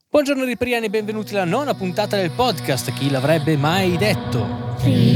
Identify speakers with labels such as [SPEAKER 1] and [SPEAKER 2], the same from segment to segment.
[SPEAKER 1] Buongiorno Riperiani e benvenuti alla nona puntata del podcast. Chi l'avrebbe mai detto?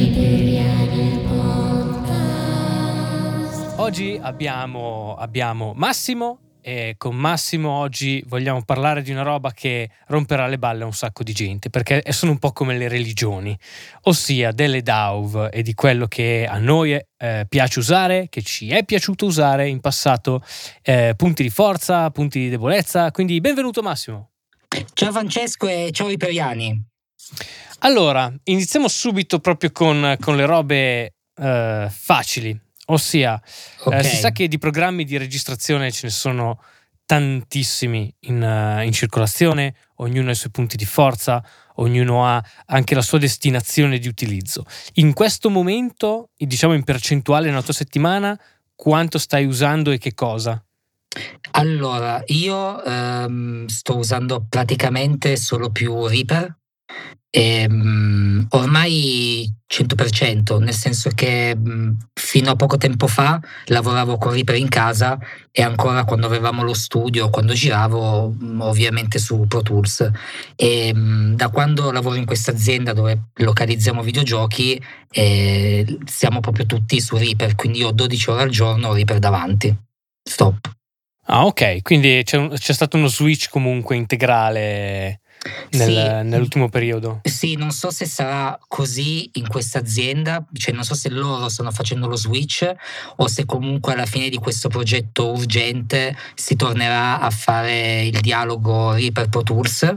[SPEAKER 1] Oggi abbiamo Massimo e con Massimo oggi vogliamo parlare di una roba che romperà le balle a un sacco di gente, perché sono un po' come le religioni, ossia delle DAW e di quello che a noi piace usare, che ci è piaciuto usare in passato, punti di forza, punti di debolezza. Quindi benvenuto Massimo.
[SPEAKER 2] Ciao Francesco e ciao Riperiani.
[SPEAKER 1] Allora, iniziamo subito proprio con le robe facili, ossia si sa che di programmi di registrazione ce ne sono tantissimi in circolazione, ognuno ha i suoi punti di forza, ognuno ha anche la sua destinazione di utilizzo. In questo momento, diciamo in percentuale nella tua settimana, quanto stai usando e che cosa?
[SPEAKER 2] Allora, io sto usando praticamente solo più Reaper, ormai 100%, nel senso che fino a poco tempo fa lavoravo con Reaper in casa e ancora quando avevamo lo studio, quando giravo ovviamente su Pro Tools. Da quando lavoro in questa azienda dove localizziamo videogiochi siamo proprio tutti su Reaper, quindi io 12 ore al giorno ho Reaper davanti. Stop.
[SPEAKER 1] Ah, ok, quindi c'è stato uno switch comunque integrale nell'ultimo periodo.
[SPEAKER 2] Sì, non so se sarà così in questa azienda, cioè non so se loro stanno facendo lo switch o se comunque alla fine di questo progetto urgente si tornerà a fare il dialogo Reaper Pro Tools.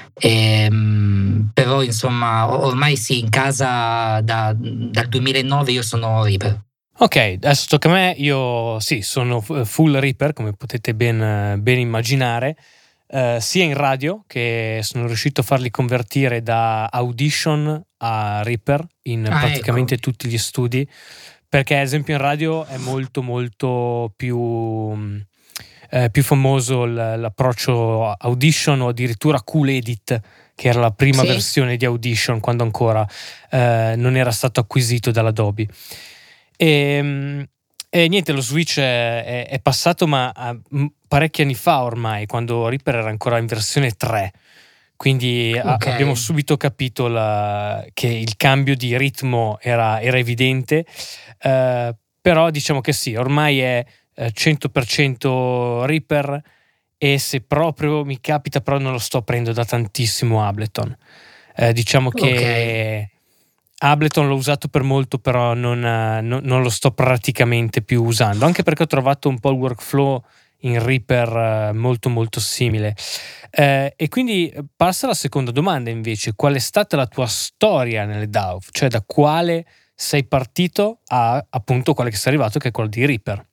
[SPEAKER 2] Però insomma ormai sì, in casa dal 2009 io sono Reaper.
[SPEAKER 1] Ok, adesso tocca a me. Io sì, sono full Reaper, come potete ben immaginare, sia in radio, che sono riuscito a farli convertire da Audition a Reaper in praticamente tutti gli studi, perché ad esempio in radio è molto molto più famoso l'approccio Audition o addirittura Cool Edit, che era la prima versione di Audition quando ancora non era stato acquisito dall'Adobe. E niente, lo switch è passato, ma parecchi anni fa ormai, quando Reaper era ancora in versione 3. Quindi abbiamo subito capito che il cambio di ritmo era evidente, però diciamo che sì, ormai è 100% Reaper, e se proprio mi capita, però non lo sto prendendo da tantissimo Ableton. Diciamo che Ableton l'ho usato per molto, però non lo sto praticamente più usando, anche perché ho trovato un po' il workflow in Reaper molto molto simile. E quindi passa alla seconda domanda invece: qual è stata la tua storia nelle DAW? Cioè da quale sei partito a appunto quale che sei arrivato, che è quello di Reaper?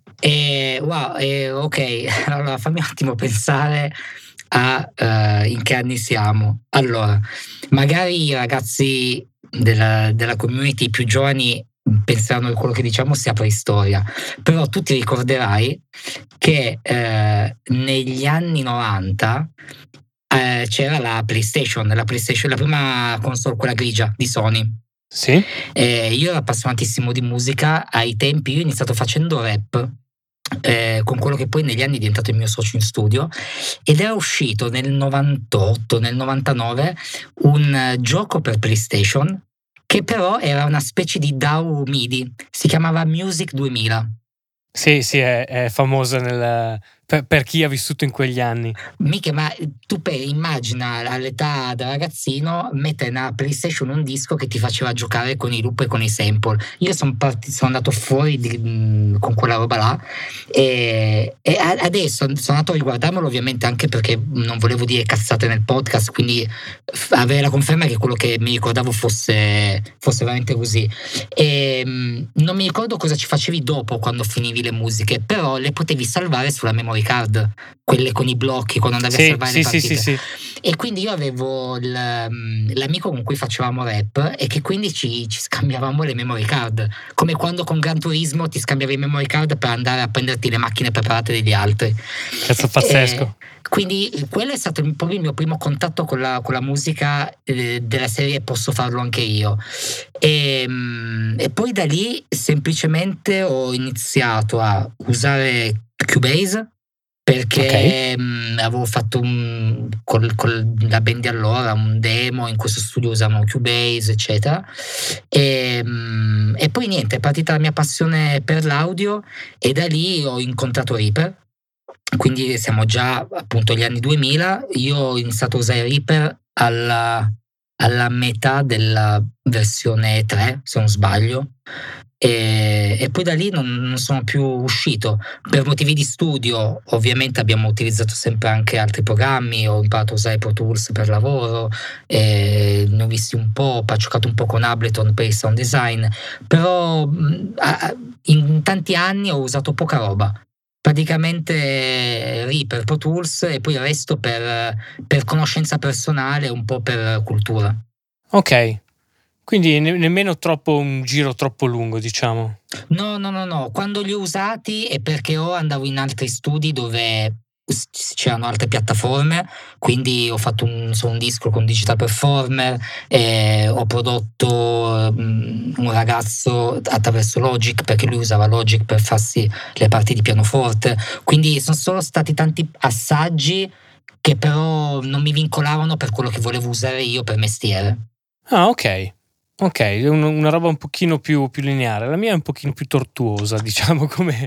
[SPEAKER 2] Ok, allora fammi un attimo pensare a in che anni siamo. Allora, magari i ragazzi della community più giovani pensano che quello che diciamo sia preistoria, però tu ti ricorderai che negli anni 90 c'era la PlayStation, la prima console, quella grigia di Sony.
[SPEAKER 1] Sì.
[SPEAKER 2] Io ero appassionatissimo di musica. Ai tempi io ho iniziato facendo rap con quello che poi negli anni è diventato il mio socio in studio, ed era uscito nel 98, nel 99 un gioco per PlayStation che però era una specie di DAW MIDI, si chiamava Music 2000.
[SPEAKER 1] Sì, è famosa per chi ha vissuto in quegli anni.
[SPEAKER 2] Mica, ma tu immagina all'età da ragazzino mettere nella PlayStation un disco che ti faceva giocare con i loop e con i sample. Io sono andato fuori con quella roba là, e adesso sono andato a riguardarmelo, ovviamente anche perché non volevo dire cazzate nel podcast, quindi avere la conferma che quello che mi ricordavo fosse veramente così. Non mi ricordo cosa ci facevi dopo quando finivi le musiche, però le potevi salvare sulla memory card, quelle con i blocchi, quando andavi a salvare le partite.
[SPEAKER 1] Sì.
[SPEAKER 2] E quindi io avevo l'amico con cui facevamo rap e che quindi ci scambiavamo le memory card, come quando con Gran Turismo ti scambiavi le memory card per andare a prenderti le macchine preparate degli altri.
[SPEAKER 1] Cazzo, pazzesco.
[SPEAKER 2] Quindi quello è stato proprio il mio primo contatto con la musica della serie posso farlo anche io. E poi da lì semplicemente ho iniziato a usare Cubase, perché avevo fatto con la band di allora un demo, in questo studio usavano Cubase, eccetera. E poi niente, è partita la mia passione per l'audio e da lì ho incontrato Reaper. Quindi siamo già appunto agli anni 2000. Io ho iniziato a usare Reaper alla metà della versione 3, se non sbaglio. E poi da lì non sono più uscito per motivi di studio. Ovviamente abbiamo utilizzato sempre anche altri programmi, ho imparato a usare Pro Tools per lavoro, ne ho visti un po', ho giocato un po' con Ableton per il sound design, però in tanti anni ho usato poca roba, praticamente Reaper, Pro Tools e poi il resto per conoscenza personale, un po' per cultura.
[SPEAKER 1] Ok. Quindi nemmeno troppo un giro troppo lungo, diciamo.
[SPEAKER 2] No. Quando li ho usati è perché andavo in altri studi dove c'erano altre piattaforme, quindi ho fatto un disco con Digital Performer, ho prodotto un ragazzo attraverso Logic, perché lui usava Logic per farsi le parti di pianoforte, quindi sono solo stati tanti assaggi che però non mi vincolavano per quello che volevo usare io per mestiere.
[SPEAKER 1] Ah, ok, una roba un pochino più lineare. La mia è un pochino più tortuosa, diciamo,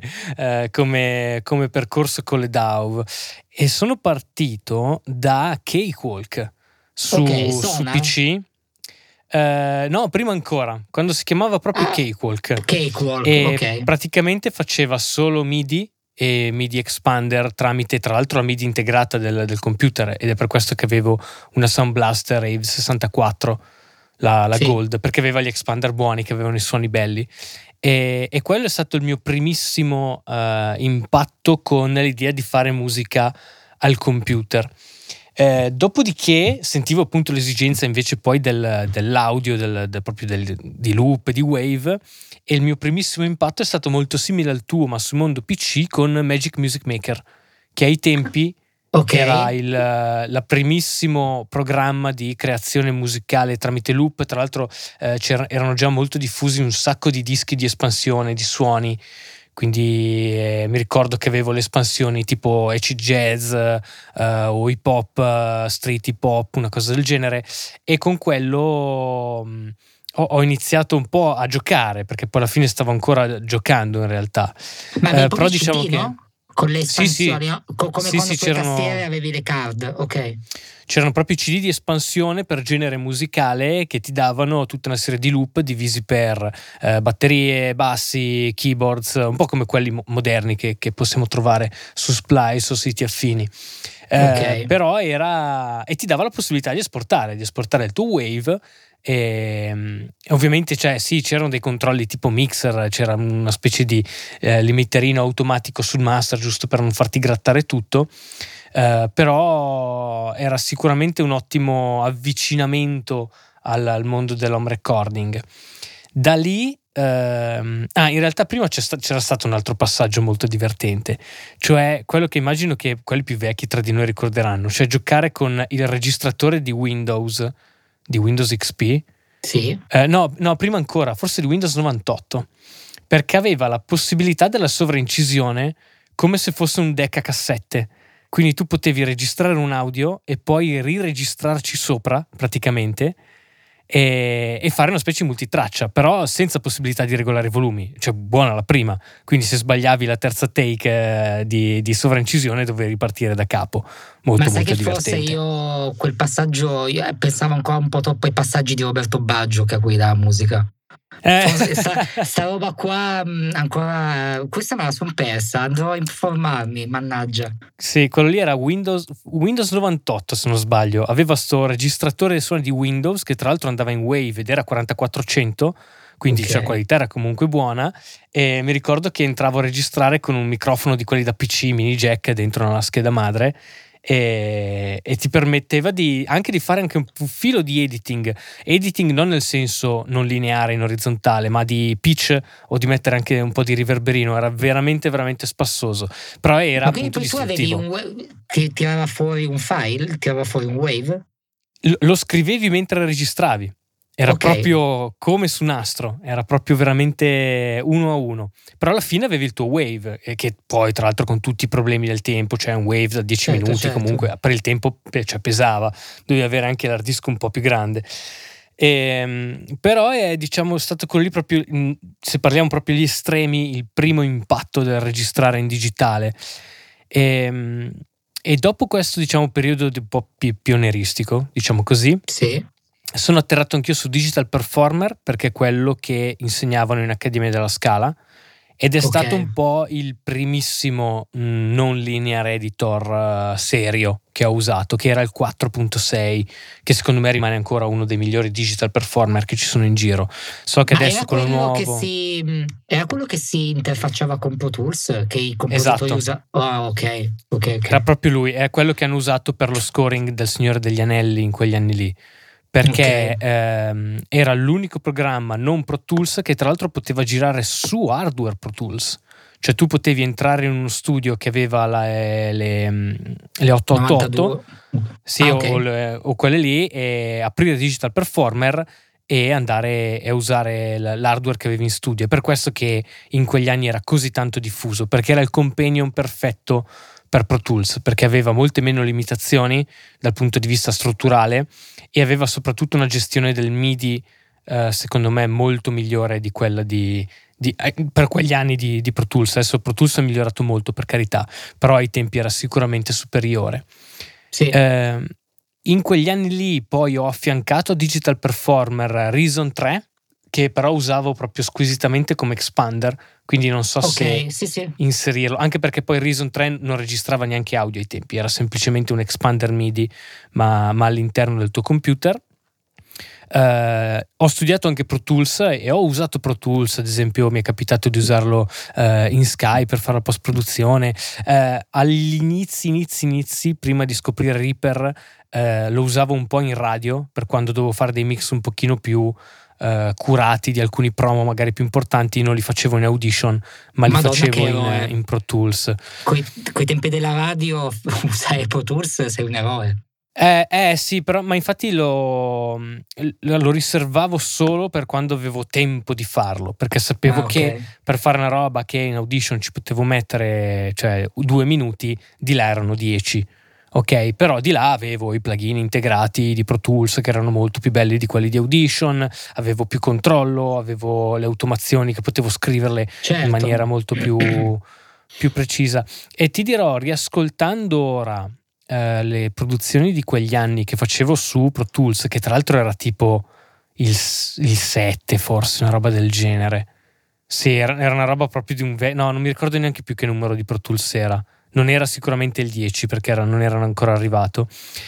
[SPEAKER 1] come percorso con le DAW. E sono partito da Cakewalk su PC. No, prima ancora, quando si chiamava proprio Cakewalk.
[SPEAKER 2] Ok.
[SPEAKER 1] Praticamente faceva solo MIDI e MIDI expander tramite, tra l'altro, la MIDI integrata del computer, ed è per questo che avevo una Sound Blaster Rave 64, la
[SPEAKER 2] Sì.
[SPEAKER 1] Gold, perché aveva gli expander buoni, che avevano i suoni belli, e quello è stato il mio primissimo impatto con l'idea di fare musica al computer. Dopodiché sentivo appunto l'esigenza invece poi dell'audio, proprio di loop, di wave, e il mio primissimo impatto è stato molto simile al tuo, ma sul mondo PC, con Magic Music Maker, che ai tempi era il primissimo programma di creazione musicale tramite loop. Tra l'altro erano già molto diffusi un sacco di dischi di espansione, di suoni, quindi mi ricordo che avevo le espansioni tipo acid jazz o hip hop, street hip hop, una cosa del genere, e con quello ho iniziato un po' a giocare, perché poi alla fine stavo ancora giocando in realtà.
[SPEAKER 2] Ma
[SPEAKER 1] però diciamo
[SPEAKER 2] CD,
[SPEAKER 1] che
[SPEAKER 2] no? Con le espansioni,
[SPEAKER 1] sì,
[SPEAKER 2] come quando sulle
[SPEAKER 1] c'erano,
[SPEAKER 2] tastiere avevi le card, ok.
[SPEAKER 1] C'erano proprio i CD di espansione per genere musicale che ti davano tutta una serie di loop divisi per batterie, bassi, keyboards, un po' come quelli moderni che possiamo trovare su Splice o siti affini. Però e ti dava la possibilità di esportare il tuo wave. E ovviamente c'erano dei controlli tipo mixer, c'era una specie di limiterino automatico sul master, giusto per non farti grattare tutto, però era sicuramente un ottimo avvicinamento al mondo dell'home recording. Da lì in realtà prima c'era stato un altro passaggio molto divertente, cioè quello che immagino che quelli più vecchi tra di noi ricorderanno, cioè giocare con il registratore di Windows XP.
[SPEAKER 2] Sì.
[SPEAKER 1] No, prima ancora, forse di Windows 98, perché aveva la possibilità della sovraincisione come se fosse un deck a cassette. Quindi tu potevi registrare un audio e poi riregistrarci sopra, praticamente, e fare una specie di multitraccia, però senza possibilità di regolare i volumi. Cioè, buona la prima. Quindi se sbagliavi la terza take di sovraincisione dovevi ripartire da capo. Molto,
[SPEAKER 2] ma sai
[SPEAKER 1] molto
[SPEAKER 2] che
[SPEAKER 1] divertente.
[SPEAKER 2] forse io quel passaggio, io pensavo ancora un po' troppo ai passaggi di Roberto Baggio che guida la musica. Sta roba qua ancora, questa me la sono persa, andrò a informarmi, mannaggia.
[SPEAKER 1] Sì, quello lì era Windows 98, se non sbaglio, aveva sto registratore dei suoni di Windows che tra l'altro andava in Wave ed era 4400, quindi la qualità era comunque buona, e mi ricordo che entravo a registrare con un microfono di quelli da PC mini jack dentro una scheda madre, e ti permetteva anche di fare anche un filo di editing non nel senso non lineare in orizzontale, ma di pitch, o di mettere anche un po' di riverberino. Era veramente veramente spassoso, però era appunto distruttivo.
[SPEAKER 2] Tu avevi tirava fuori un file, tirava fuori un wave?
[SPEAKER 1] Lo scrivevi mentre registravi, Era
[SPEAKER 2] Ok.
[SPEAKER 1] proprio come su nastro, era proprio veramente 1-1. Però alla fine avevi il tuo wave, che poi tra l'altro con tutti i problemi del tempo, cioè un wave da 10
[SPEAKER 2] Certo,
[SPEAKER 1] minuti
[SPEAKER 2] certo.
[SPEAKER 1] comunque per il tempo cioè, pesava, dovevi avere anche l'hard disk un po' più grande. Però è diciamo stato quello lì proprio, se parliamo proprio gli estremi, il primo impatto del registrare in digitale. E dopo questo diciamo periodo un po' pionieristico, diciamo così,
[SPEAKER 2] Sì.
[SPEAKER 1] sono atterrato anch'io su Digital Performer, perché è quello che insegnavano in Accademia della Scala, ed è
[SPEAKER 2] Ok.
[SPEAKER 1] stato un po' il primissimo non linear editor serio che ho usato, che era il 4.6, che secondo me rimane ancora uno dei migliori Digital Performer che ci sono in giro. So che
[SPEAKER 2] Ma
[SPEAKER 1] adesso con lo nuovo...
[SPEAKER 2] era quello che si interfacciava con Pro Tools, che i compositori
[SPEAKER 1] Esatto,
[SPEAKER 2] usavano. Ah, ok, ok,
[SPEAKER 1] era
[SPEAKER 2] ok.
[SPEAKER 1] proprio lui, è quello che hanno usato per lo scoring del Signore degli Anelli in quegli anni lì, perché
[SPEAKER 2] Ok.
[SPEAKER 1] era l'unico programma non Pro Tools che tra l'altro poteva girare su hardware Pro Tools. Cioè tu potevi entrare in uno studio che aveva le 888,
[SPEAKER 2] 92.
[SPEAKER 1] sì,
[SPEAKER 2] Ah, ok.
[SPEAKER 1] o quelle lì, e aprire Digital Performer e andare a usare l'hardware che avevi in studio. È per questo che in quegli anni era così tanto diffuso, perché era il companion perfetto per Pro Tools, perché aveva molte meno limitazioni dal punto di vista strutturale e aveva soprattutto una gestione del MIDI secondo me molto migliore di quella per quegli anni di Pro Tools. Adesso Pro Tools è migliorato molto, per carità, però ai tempi era sicuramente superiore.
[SPEAKER 2] Sì.
[SPEAKER 1] In quegli anni lì poi ho affiancato a Digital Performer Reason 3, che però usavo proprio squisitamente come expander, quindi non so se
[SPEAKER 2] Ok, sì, sì.
[SPEAKER 1] inserirlo, anche perché poi Reason 3 non registrava neanche audio ai tempi, era semplicemente un expander MIDI ma all'interno del tuo computer. Ho studiato anche Pro Tools e ho usato Pro Tools, ad esempio mi è capitato di usarlo in Sky per fare la post produzione. Agli inizi, prima di scoprire Reaper, lo usavo un po' in radio per quando dovevo fare dei mix un pochino più curati di alcuni promo magari più importanti. Non li facevo in Audition, ma li
[SPEAKER 2] Madonna, che
[SPEAKER 1] facevo
[SPEAKER 2] eroe.
[SPEAKER 1] in Pro Tools.
[SPEAKER 2] Coi tempi della radio usare Pro Tools sei un eroe.
[SPEAKER 1] Sì, però, ma infatti lo riservavo solo per quando avevo tempo di farlo, perché sapevo
[SPEAKER 2] Ah, ok.
[SPEAKER 1] che per fare una roba che in Audition ci potevo mettere, cioè 2 minuti, di là erano 10. Ok, però di là avevo i plugin integrati di Pro Tools che erano molto più belli di quelli di Audition, avevo più controllo, avevo le automazioni che potevo scriverle in
[SPEAKER 2] Certo.
[SPEAKER 1] maniera molto più precisa. E ti dirò, riascoltando ora le produzioni di quegli anni che facevo su Pro Tools, che tra l'altro era tipo il 7 forse, una roba del genere. Sì, era una roba proprio di no, non mi ricordo neanche più che numero di Pro Tools era. Non era sicuramente il 10 perché non erano ancora arrivato.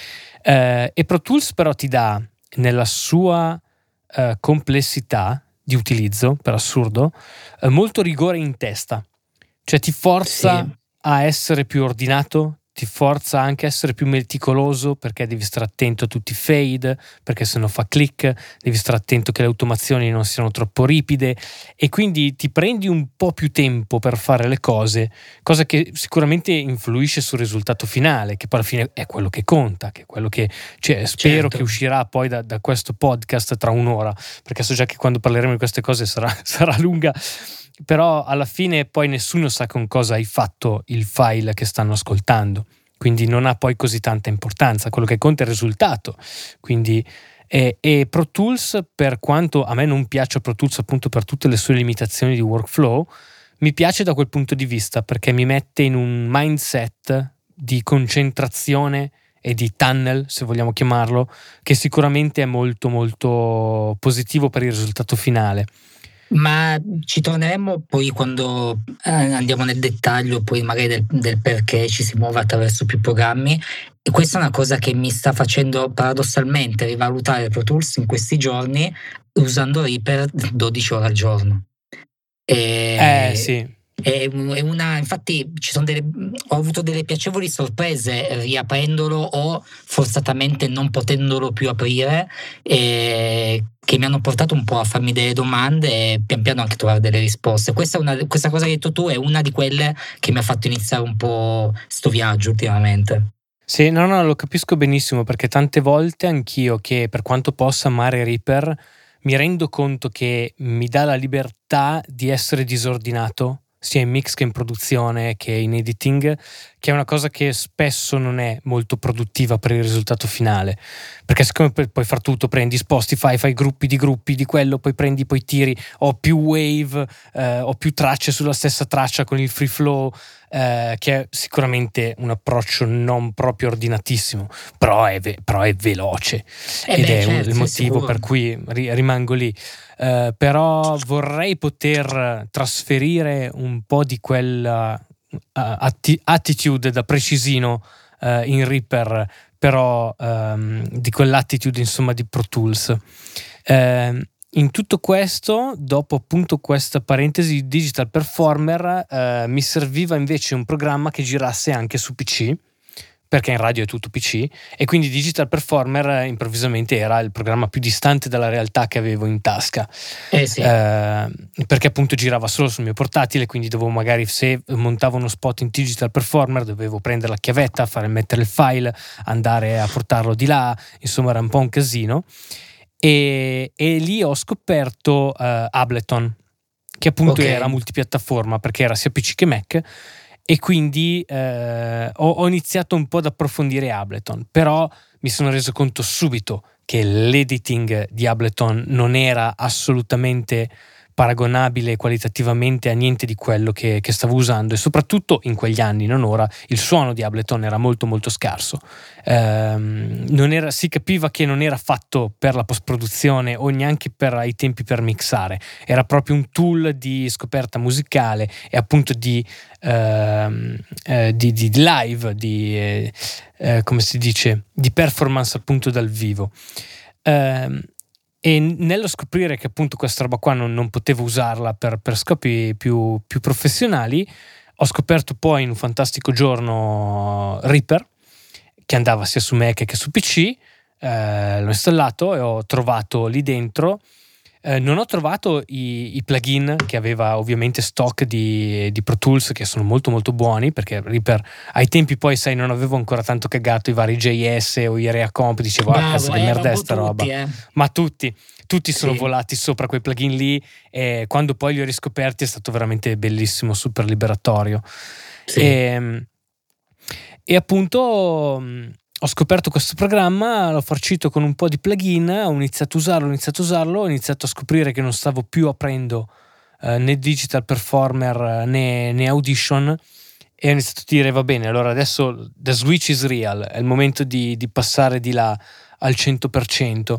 [SPEAKER 1] E Pro Tools però ti dà nella sua complessità di utilizzo, per assurdo, molto rigore in testa. Cioè ti forza
[SPEAKER 2] Sì.
[SPEAKER 1] a essere più ordinato, ti forza anche a essere più meticoloso, perché devi stare attento a tutti i fade, perché se no fa click, devi stare attento che le automazioni non siano troppo ripide, e quindi ti prendi un po' più tempo per fare le cose, cosa che sicuramente influisce sul risultato finale, che poi alla fine è quello che conta, che è quello che, cioè, spero
[SPEAKER 2] Certo.
[SPEAKER 1] che uscirà poi da questo podcast tra un'ora, perché so già che quando parleremo di queste cose sarà lunga. Però alla fine poi nessuno sa con cosa hai fatto il file che stanno ascoltando, quindi non ha poi così tanta importanza, quello che conta è il risultato. Quindi e Pro Tools, per quanto a me non piace Pro Tools appunto per tutte le sue limitazioni di workflow, mi piace da quel punto di vista perché mi mette in un mindset di concentrazione e di tunnel, se vogliamo chiamarlo, che sicuramente è molto molto positivo per il risultato finale.
[SPEAKER 2] Ma ci torneremo poi quando andiamo nel dettaglio poi magari del perché ci si muove attraverso più programmi, e questa è una cosa che mi sta facendo paradossalmente rivalutare Pro Tools in questi giorni usando Reaper 12 ore al giorno.
[SPEAKER 1] Sì.
[SPEAKER 2] Infatti ho avuto delle piacevoli sorprese riaprendolo o forzatamente non potendolo più aprire, che mi hanno portato un po' a farmi delle domande e pian piano anche trovare delle risposte. Questa cosa che hai detto tu è una di quelle che mi ha fatto iniziare un po' sto viaggio ultimamente.
[SPEAKER 1] Sì, no, lo capisco benissimo, perché tante volte anch'io, che per quanto possa amare Reaper, mi rendo conto che mi dà la libertà di essere disordinato sia in mix che in produzione che in editing, che è una cosa che spesso non è molto produttiva per il risultato finale, perché siccome puoi far tutto, prendi Spotify, fai gruppi di quello, poi prendi, poi tiri, ho più wave, ho più tracce sulla stessa traccia con il free flow, che è sicuramente un approccio non proprio ordinatissimo, però è veloce, ed è
[SPEAKER 2] certo,
[SPEAKER 1] il motivo
[SPEAKER 2] sicuro.
[SPEAKER 1] per cui rimango lì. Però vorrei poter trasferire un po' di quella attitude da precisino in Reaper, però di quell'attitude insomma di Pro Tools. In tutto questo, dopo appunto questa parentesi Digital Performer, mi serviva invece un programma che girasse anche su PC, perché in radio è tutto PC, e quindi Digital Performer improvvisamente era il programma più distante dalla realtà che avevo in tasca.
[SPEAKER 2] Sì.
[SPEAKER 1] Perché appunto girava solo sul mio portatile, quindi dovevo, magari se montavo uno spot in Digital Performer, dovevo prendere la chiavetta, mettere il file, andare a portarlo di là, insomma era un po' un casino. E lì ho scoperto Ableton, che appunto era multipiattaforma, perché era sia PC che Mac, e quindi ho iniziato un po' ad approfondire Ableton, però mi sono reso conto subito che l'editing di Ableton non era assolutamente paragonabile qualitativamente a niente di quello che stavo usando, e soprattutto in quegli anni, non ora, il suono di Ableton era molto molto scarso. Si capiva che non era fatto per la post-produzione o neanche per i tempi per mixare, era proprio un tool di scoperta musicale e appunto di live, come si dice, di performance appunto dal vivo. E nello scoprire che appunto questa roba qua non potevo usarla per scopi più professionali, ho scoperto poi in un fantastico giorno Reaper, che andava sia su Mac che su PC. L'ho installato e ho trovato lì dentro, non ho trovato i plugin che aveva ovviamente stock di Pro Tools, che sono molto molto buoni, perché Reaper ai tempi, poi sai, non avevo ancora tanto cagato i vari JS o i Reacomp, dicevo cazzo che merda è sta roba, ma tutti sono volati sopra quei plugin lì, e quando poi li ho riscoperti è stato veramente bellissimo, super liberatorio. E appunto ho scoperto questo programma, l'ho farcito con un po' di plugin, ho iniziato a usarlo, ho iniziato a scoprire che non stavo più aprendo né Digital Performer né Audition, e ho iniziato a dire va bene, allora adesso the switch is real, è il momento di passare di là al 100%.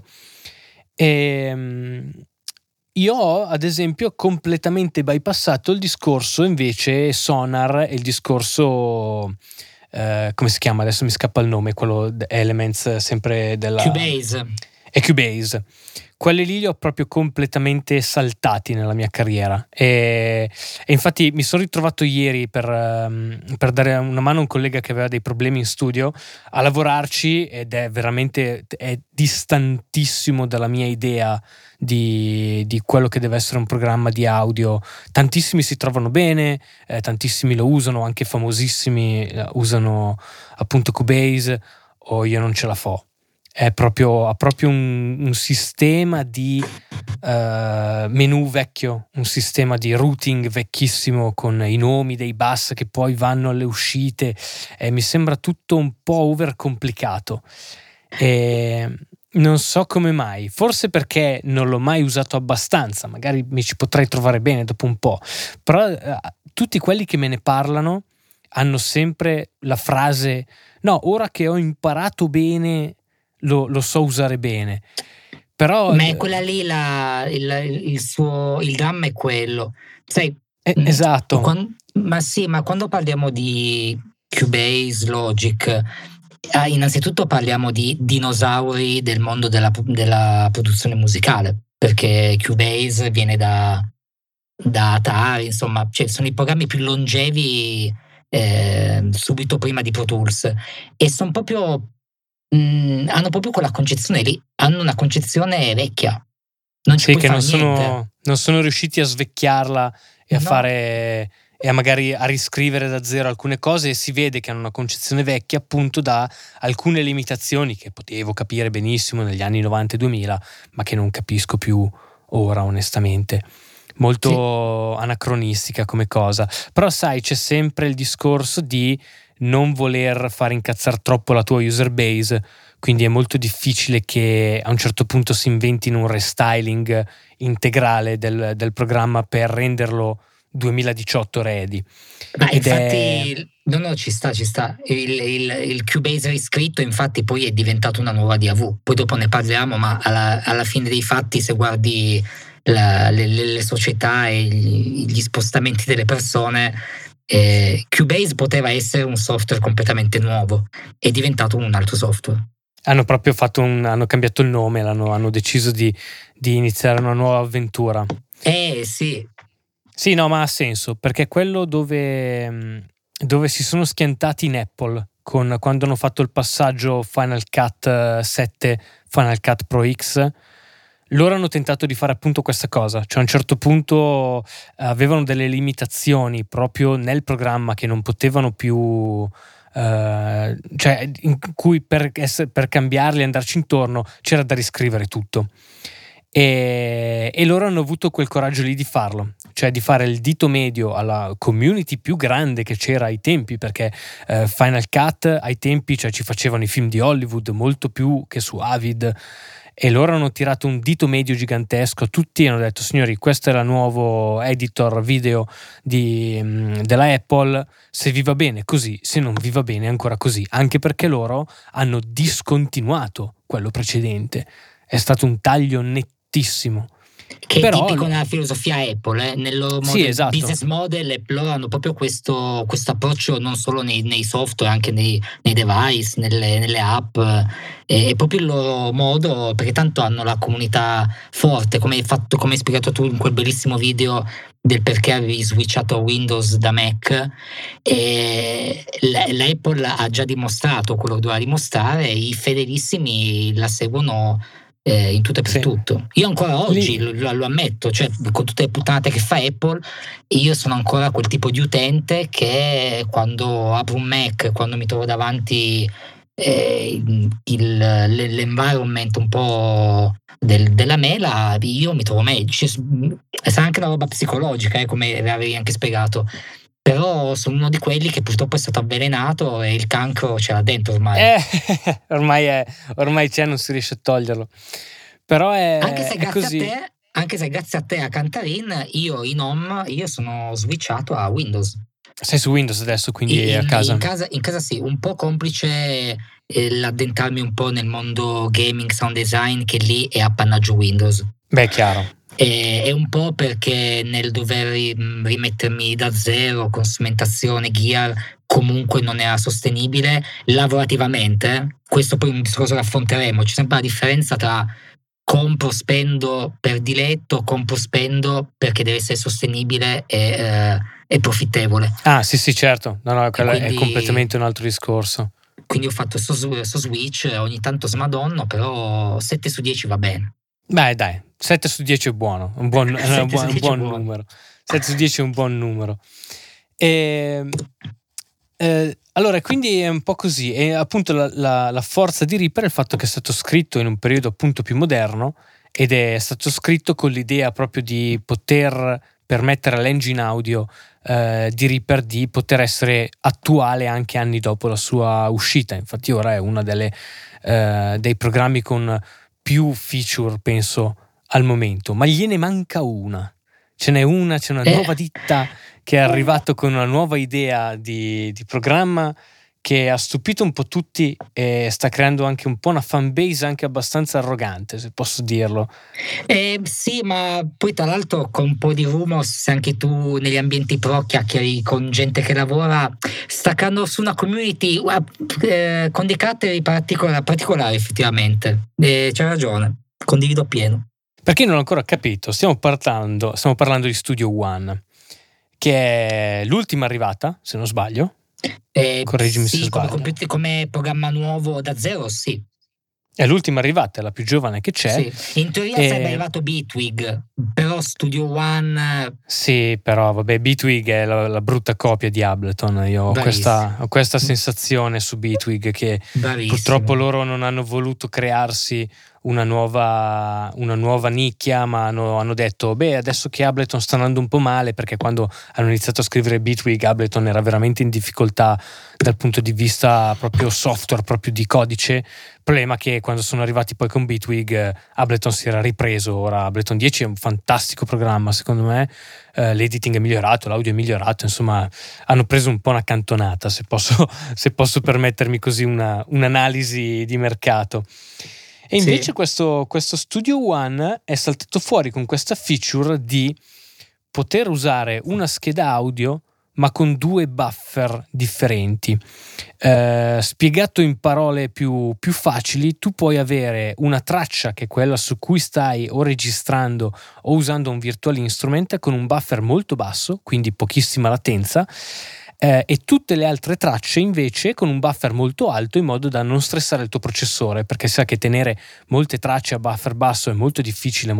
[SPEAKER 1] E io ho ad esempio completamente bypassato il discorso invece Sonar e il discorso come si chiama? Adesso mi scappa il nome, quello Elements, sempre della
[SPEAKER 2] Cubase.
[SPEAKER 1] E Cubase. Quelli lì li ho proprio completamente saltati nella mia carriera, e infatti mi sono ritrovato ieri per dare una mano a un collega che aveva dei problemi in studio a lavorarci, ed è veramente distantissimo dalla mia idea di quello che deve essere un programma di audio. Tantissimi si trovano bene, tantissimi lo usano, anche famosissimi usano appunto Cubase, o io non ce la fo. Ha proprio un sistema di menu vecchio, un sistema di routing vecchissimo con i nomi dei bus che poi vanno alle uscite, e mi sembra tutto un po' overcomplicato, e non so come mai, forse perché non l'ho mai usato abbastanza, magari mi ci potrei trovare bene dopo un po', però tutti quelli che me ne parlano hanno sempre la frase: no, ora che ho imparato bene lo so usare bene. Però
[SPEAKER 2] ma è quella lì il dramma è quello, sai,
[SPEAKER 1] esatto.
[SPEAKER 2] Ma quando parliamo di Cubase, Logic, innanzitutto parliamo di dinosauri del mondo della produzione musicale, perché Cubase viene da Atari, insomma, cioè sono i programmi più longevi subito prima di Pro Tools, e sono proprio hanno proprio quella concezione lì, hanno una concezione vecchia, non ci puoi fare niente.
[SPEAKER 1] Non sono riusciti a svecchiarla e a fare e magari a riscrivere da zero alcune cose, e si vede che hanno una concezione vecchia appunto da alcune limitazioni che potevo capire benissimo negli anni 90 e 2000, ma che non capisco più ora onestamente. Molto anacronistica come cosa. Però sai, c'è sempre il discorso di non voler far incazzare troppo la tua user base, quindi è molto difficile che a un certo punto si inventino un restyling integrale del programma per renderlo 2018 ready.
[SPEAKER 2] Ma infatti no, ci sta. Il Cubase riscritto infatti poi è diventato una nuova DAW, poi dopo ne parliamo, ma alla fine dei fatti, se guardi le società e gli spostamenti delle persone, Cubase poteva essere un software completamente nuovo, è diventato un altro software.
[SPEAKER 1] Hanno proprio hanno cambiato il nome, hanno deciso di iniziare una nuova avventura.
[SPEAKER 2] Sì.
[SPEAKER 1] Sì, no, ma ha senso, perché quello dove si sono schiantati in Apple quando hanno fatto il passaggio Final Cut 7, Final Cut Pro X, loro hanno tentato di fare appunto questa cosa, cioè a un certo punto avevano delle limitazioni proprio nel programma che non potevano più, cioè in cui per cambiarli e andarci intorno c'era da riscrivere tutto. E loro hanno avuto quel coraggio lì di farlo, cioè di fare il dito medio alla community più grande che c'era ai tempi, perché Final Cut ai tempi, cioè, ci facevano i film di Hollywood molto più che su Avid, e loro hanno tirato un dito medio gigantesco a tutti e hanno detto: signori, questo è il nuovo editor video della Apple, se vi va bene così, se non vi va bene ancora così, anche perché loro hanno discontinuato quello precedente. È stato un taglio nettissimo.
[SPEAKER 2] Che è tipico nella filosofia Apple, nel loro
[SPEAKER 1] esatto.
[SPEAKER 2] business model. Loro hanno proprio questo approccio non solo nei software, anche nei device, nelle app. È proprio il loro modo, perché tanto hanno la comunità forte, come hai spiegato tu in quel bellissimo video del perché avevi switchato a Windows da Mac. L'Apple ha già dimostrato quello che doveva dimostrare, i fedelissimi la seguono in tutto e per tutto. Io ancora oggi lo ammetto, cioè con tutte le puttanate che fa Apple, io sono ancora quel tipo di utente che quando apro un Mac, quando mi trovo davanti l'environment un po' della mela, io mi trovo meglio. Sarà anche una roba psicologica, come avevi anche spiegato. Però sono uno di quelli che purtroppo è stato avvelenato e il cancro ce l'ha dentro ormai.
[SPEAKER 1] Ormai c'è, non si riesce a toglierlo. Però
[SPEAKER 2] anche se grazie
[SPEAKER 1] così.
[SPEAKER 2] Anche se grazie a te, a Cantarin, io in home sono switchato a Windows.
[SPEAKER 1] Sei su Windows adesso, quindi a casa?
[SPEAKER 2] In casa sì, un po' complice l'addentrarmi un po' nel mondo gaming, sound design, che lì è appannaggio Windows.
[SPEAKER 1] Beh, chiaro.
[SPEAKER 2] È un po' perché nel dover rimettermi da zero con strumentazione, gear, comunque non era sostenibile lavorativamente. Questo poi è un discorso che affronteremo. C'è sempre la differenza tra compro, spendo per diletto, compro, spendo perché deve essere sostenibile e profittevole.
[SPEAKER 1] Ah, sì, certo. No, quello è completamente un altro discorso.
[SPEAKER 2] Quindi ho fatto sto switch, ogni tanto smadonno, però 7 su 10 va bene.
[SPEAKER 1] Beh, dai, 7 su 10 è buono, un buon numero. 7 su 10 è un buon numero. Allora, quindi è un po' così. E appunto la forza di Reaper è il fatto che è stato scritto in un periodo appunto più moderno, ed è stato scritto con l'idea proprio di poter permettere all'engine audio di Reaper di poter essere attuale anche anni dopo la sua uscita. Infatti ora è uno dei programmi con più feature, penso, al momento, ma gliene manca una. C'è una nuova ditta che è arrivato con una nuova idea di programma che ha stupito un po' tutti e sta creando anche un po' una fanbase anche abbastanza arrogante, se posso dirlo.
[SPEAKER 2] Sì, ma poi tra l'altro con un po' di rumors, se anche tu negli ambienti pro chiacchieri con gente che lavora, staccando su una community con dei caratteri particolari effettivamente. C'hai ragione, condivido appieno.
[SPEAKER 1] Per chi non l'ha ancora capito, stiamo parlando di Studio One, che è l'ultima arrivata, se non sbaglio. Correggimi se sbaglio.
[SPEAKER 2] Come programma nuovo da zero, sì.
[SPEAKER 1] È l'ultima arrivata, è la più giovane che c'è.
[SPEAKER 2] Sì. In teoria sarebbe arrivato Bitwig, però Studio One...
[SPEAKER 1] Sì, però vabbè, Bitwig è la brutta copia di Ableton. Io ho questa sensazione su Bitwig, che purtroppo loro non hanno voluto crearsi una nuova nicchia, ma hanno detto adesso che Ableton sta andando un po' male, perché quando hanno iniziato a scrivere Bitwig Ableton era veramente in difficoltà dal punto di vista proprio software, proprio di codice. Problema che quando sono arrivati poi con Bitwig Ableton si era ripreso. Ora Ableton 10 è un fantastico programma, secondo me. L'editing è migliorato, l'audio è migliorato, insomma hanno preso un po' una cantonata, se posso permettermi così un'analisi di mercato. E invece questo Studio One è saltato fuori con questa feature di poter usare una scheda audio ma con 2 buffer differenti. Spiegato in parole più facili, tu puoi avere una traccia che è quella su cui stai o registrando o usando un virtual instrument con un buffer molto basso, quindi pochissima latenza, e tutte le altre tracce invece con un buffer molto alto, in modo da non stressare il tuo processore, perché sa che tenere molte tracce a buffer basso è molto difficile,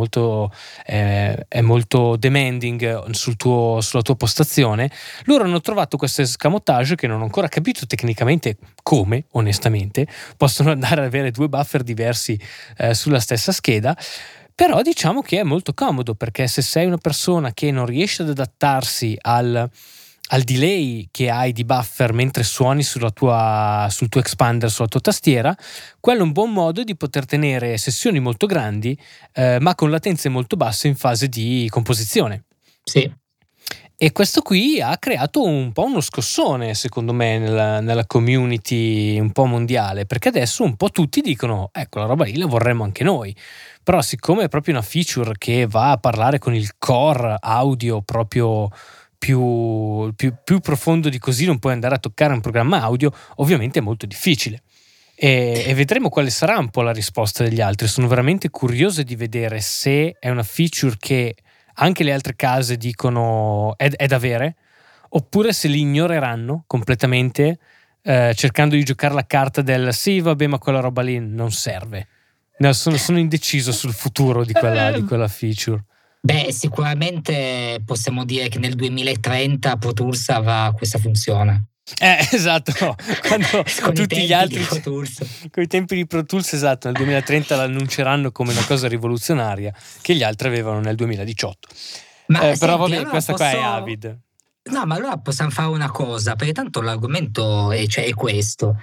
[SPEAKER 1] è molto demanding sulla tua postazione. Loro hanno trovato questo escamotage che non ho ancora capito tecnicamente come, onestamente, possono andare ad avere 2 buffer diversi sulla stessa scheda. Però diciamo che è molto comodo, perché se sei una persona che non riesce ad adattarsi al delay che hai di buffer mentre suoni sul tuo expander, sulla tua tastiera, quello è un buon modo di poter tenere sessioni molto grandi ma con latenze molto basse in fase di composizione.
[SPEAKER 2] Sì.
[SPEAKER 1] E questo qui ha creato un po' uno scossone, secondo me, nella community un po' mondiale, perché adesso un po' tutti dicono quella roba lì la vorremmo anche noi. Però siccome è proprio una feature che va a parlare con il core audio proprio più profondo di così, non puoi andare a toccare un programma audio, ovviamente è molto difficile. E vedremo quale sarà un po' la risposta degli altri. Sono veramente curioso di vedere se è una feature che anche le altre case dicono è da avere, oppure se li ignoreranno completamente, cercando di giocare la carta del sì, vabbè, ma quella roba lì non serve. No, sono indeciso sul futuro di quella feature.
[SPEAKER 2] Beh, sicuramente possiamo dire che nel 2030 Pro Tools avrà questa funzione.
[SPEAKER 1] Esatto, quando tutti gli altri con i tempi di Pro Tools, esatto, nel 2030 l'annunceranno come una cosa rivoluzionaria che gli altri avevano nel 2018. Però vabbè, allora questa qua è Avid.
[SPEAKER 2] No, ma allora possiamo fare una cosa, perché tanto l'argomento è questo.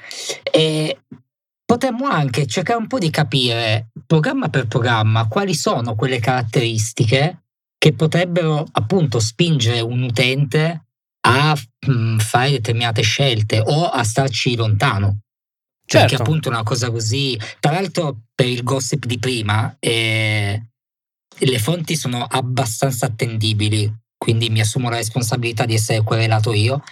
[SPEAKER 2] Potremmo anche cercare un po' di capire, programma per programma, quali sono quelle caratteristiche che potrebbero appunto spingere un utente a fare determinate scelte o a starci lontano. Certo. Perché appunto una cosa così... Tra l'altro, per il gossip di prima, le fonti sono abbastanza attendibili, quindi mi assumo la responsabilità di essere querelato io.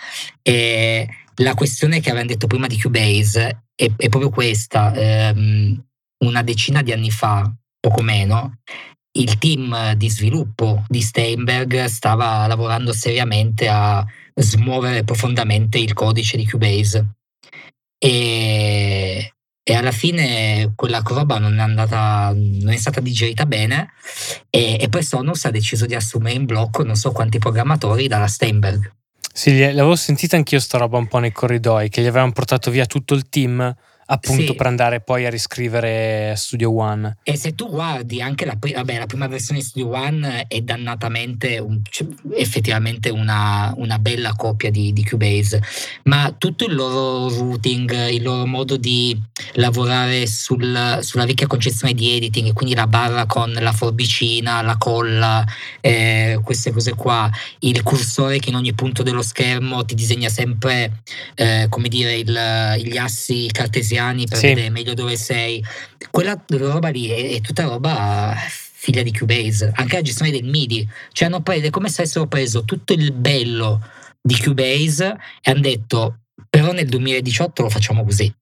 [SPEAKER 2] La questione che avevamo detto prima di Cubase è proprio questa. Una decina di anni fa, poco meno, il team di sviluppo di Steinberg stava lavorando seriamente a smuovere profondamente il codice di Cubase e alla fine quella roba non è stata digerita bene e poi Sonos ha deciso di assumere in blocco non so quanti programmatori dalla Steinberg.
[SPEAKER 1] Sì, l'avevo sentita anch'io sta roba un po' nei corridoi, che gli avevano portato via tutto il team appunto, sì, per andare poi a riscrivere Studio One.
[SPEAKER 2] E se tu guardi anche la prima versione di Studio One è dannatamente effettivamente una bella copia di Cubase, ma tutto il loro routing, il loro modo di lavorare sulla vecchia concezione di editing, e quindi la barra con la forbicina, la colla, queste cose qua, il cursore che in ogni punto dello schermo ti disegna sempre come dire gli assi cartesiani per vedere meglio dove sei. Quella roba lì è tutta roba figlia di Cubase. Anche la gestione del MIDI, cioè hanno preso, come se avessero preso tutto il bello di Cubase e hanno detto però nel 2018 lo facciamo così.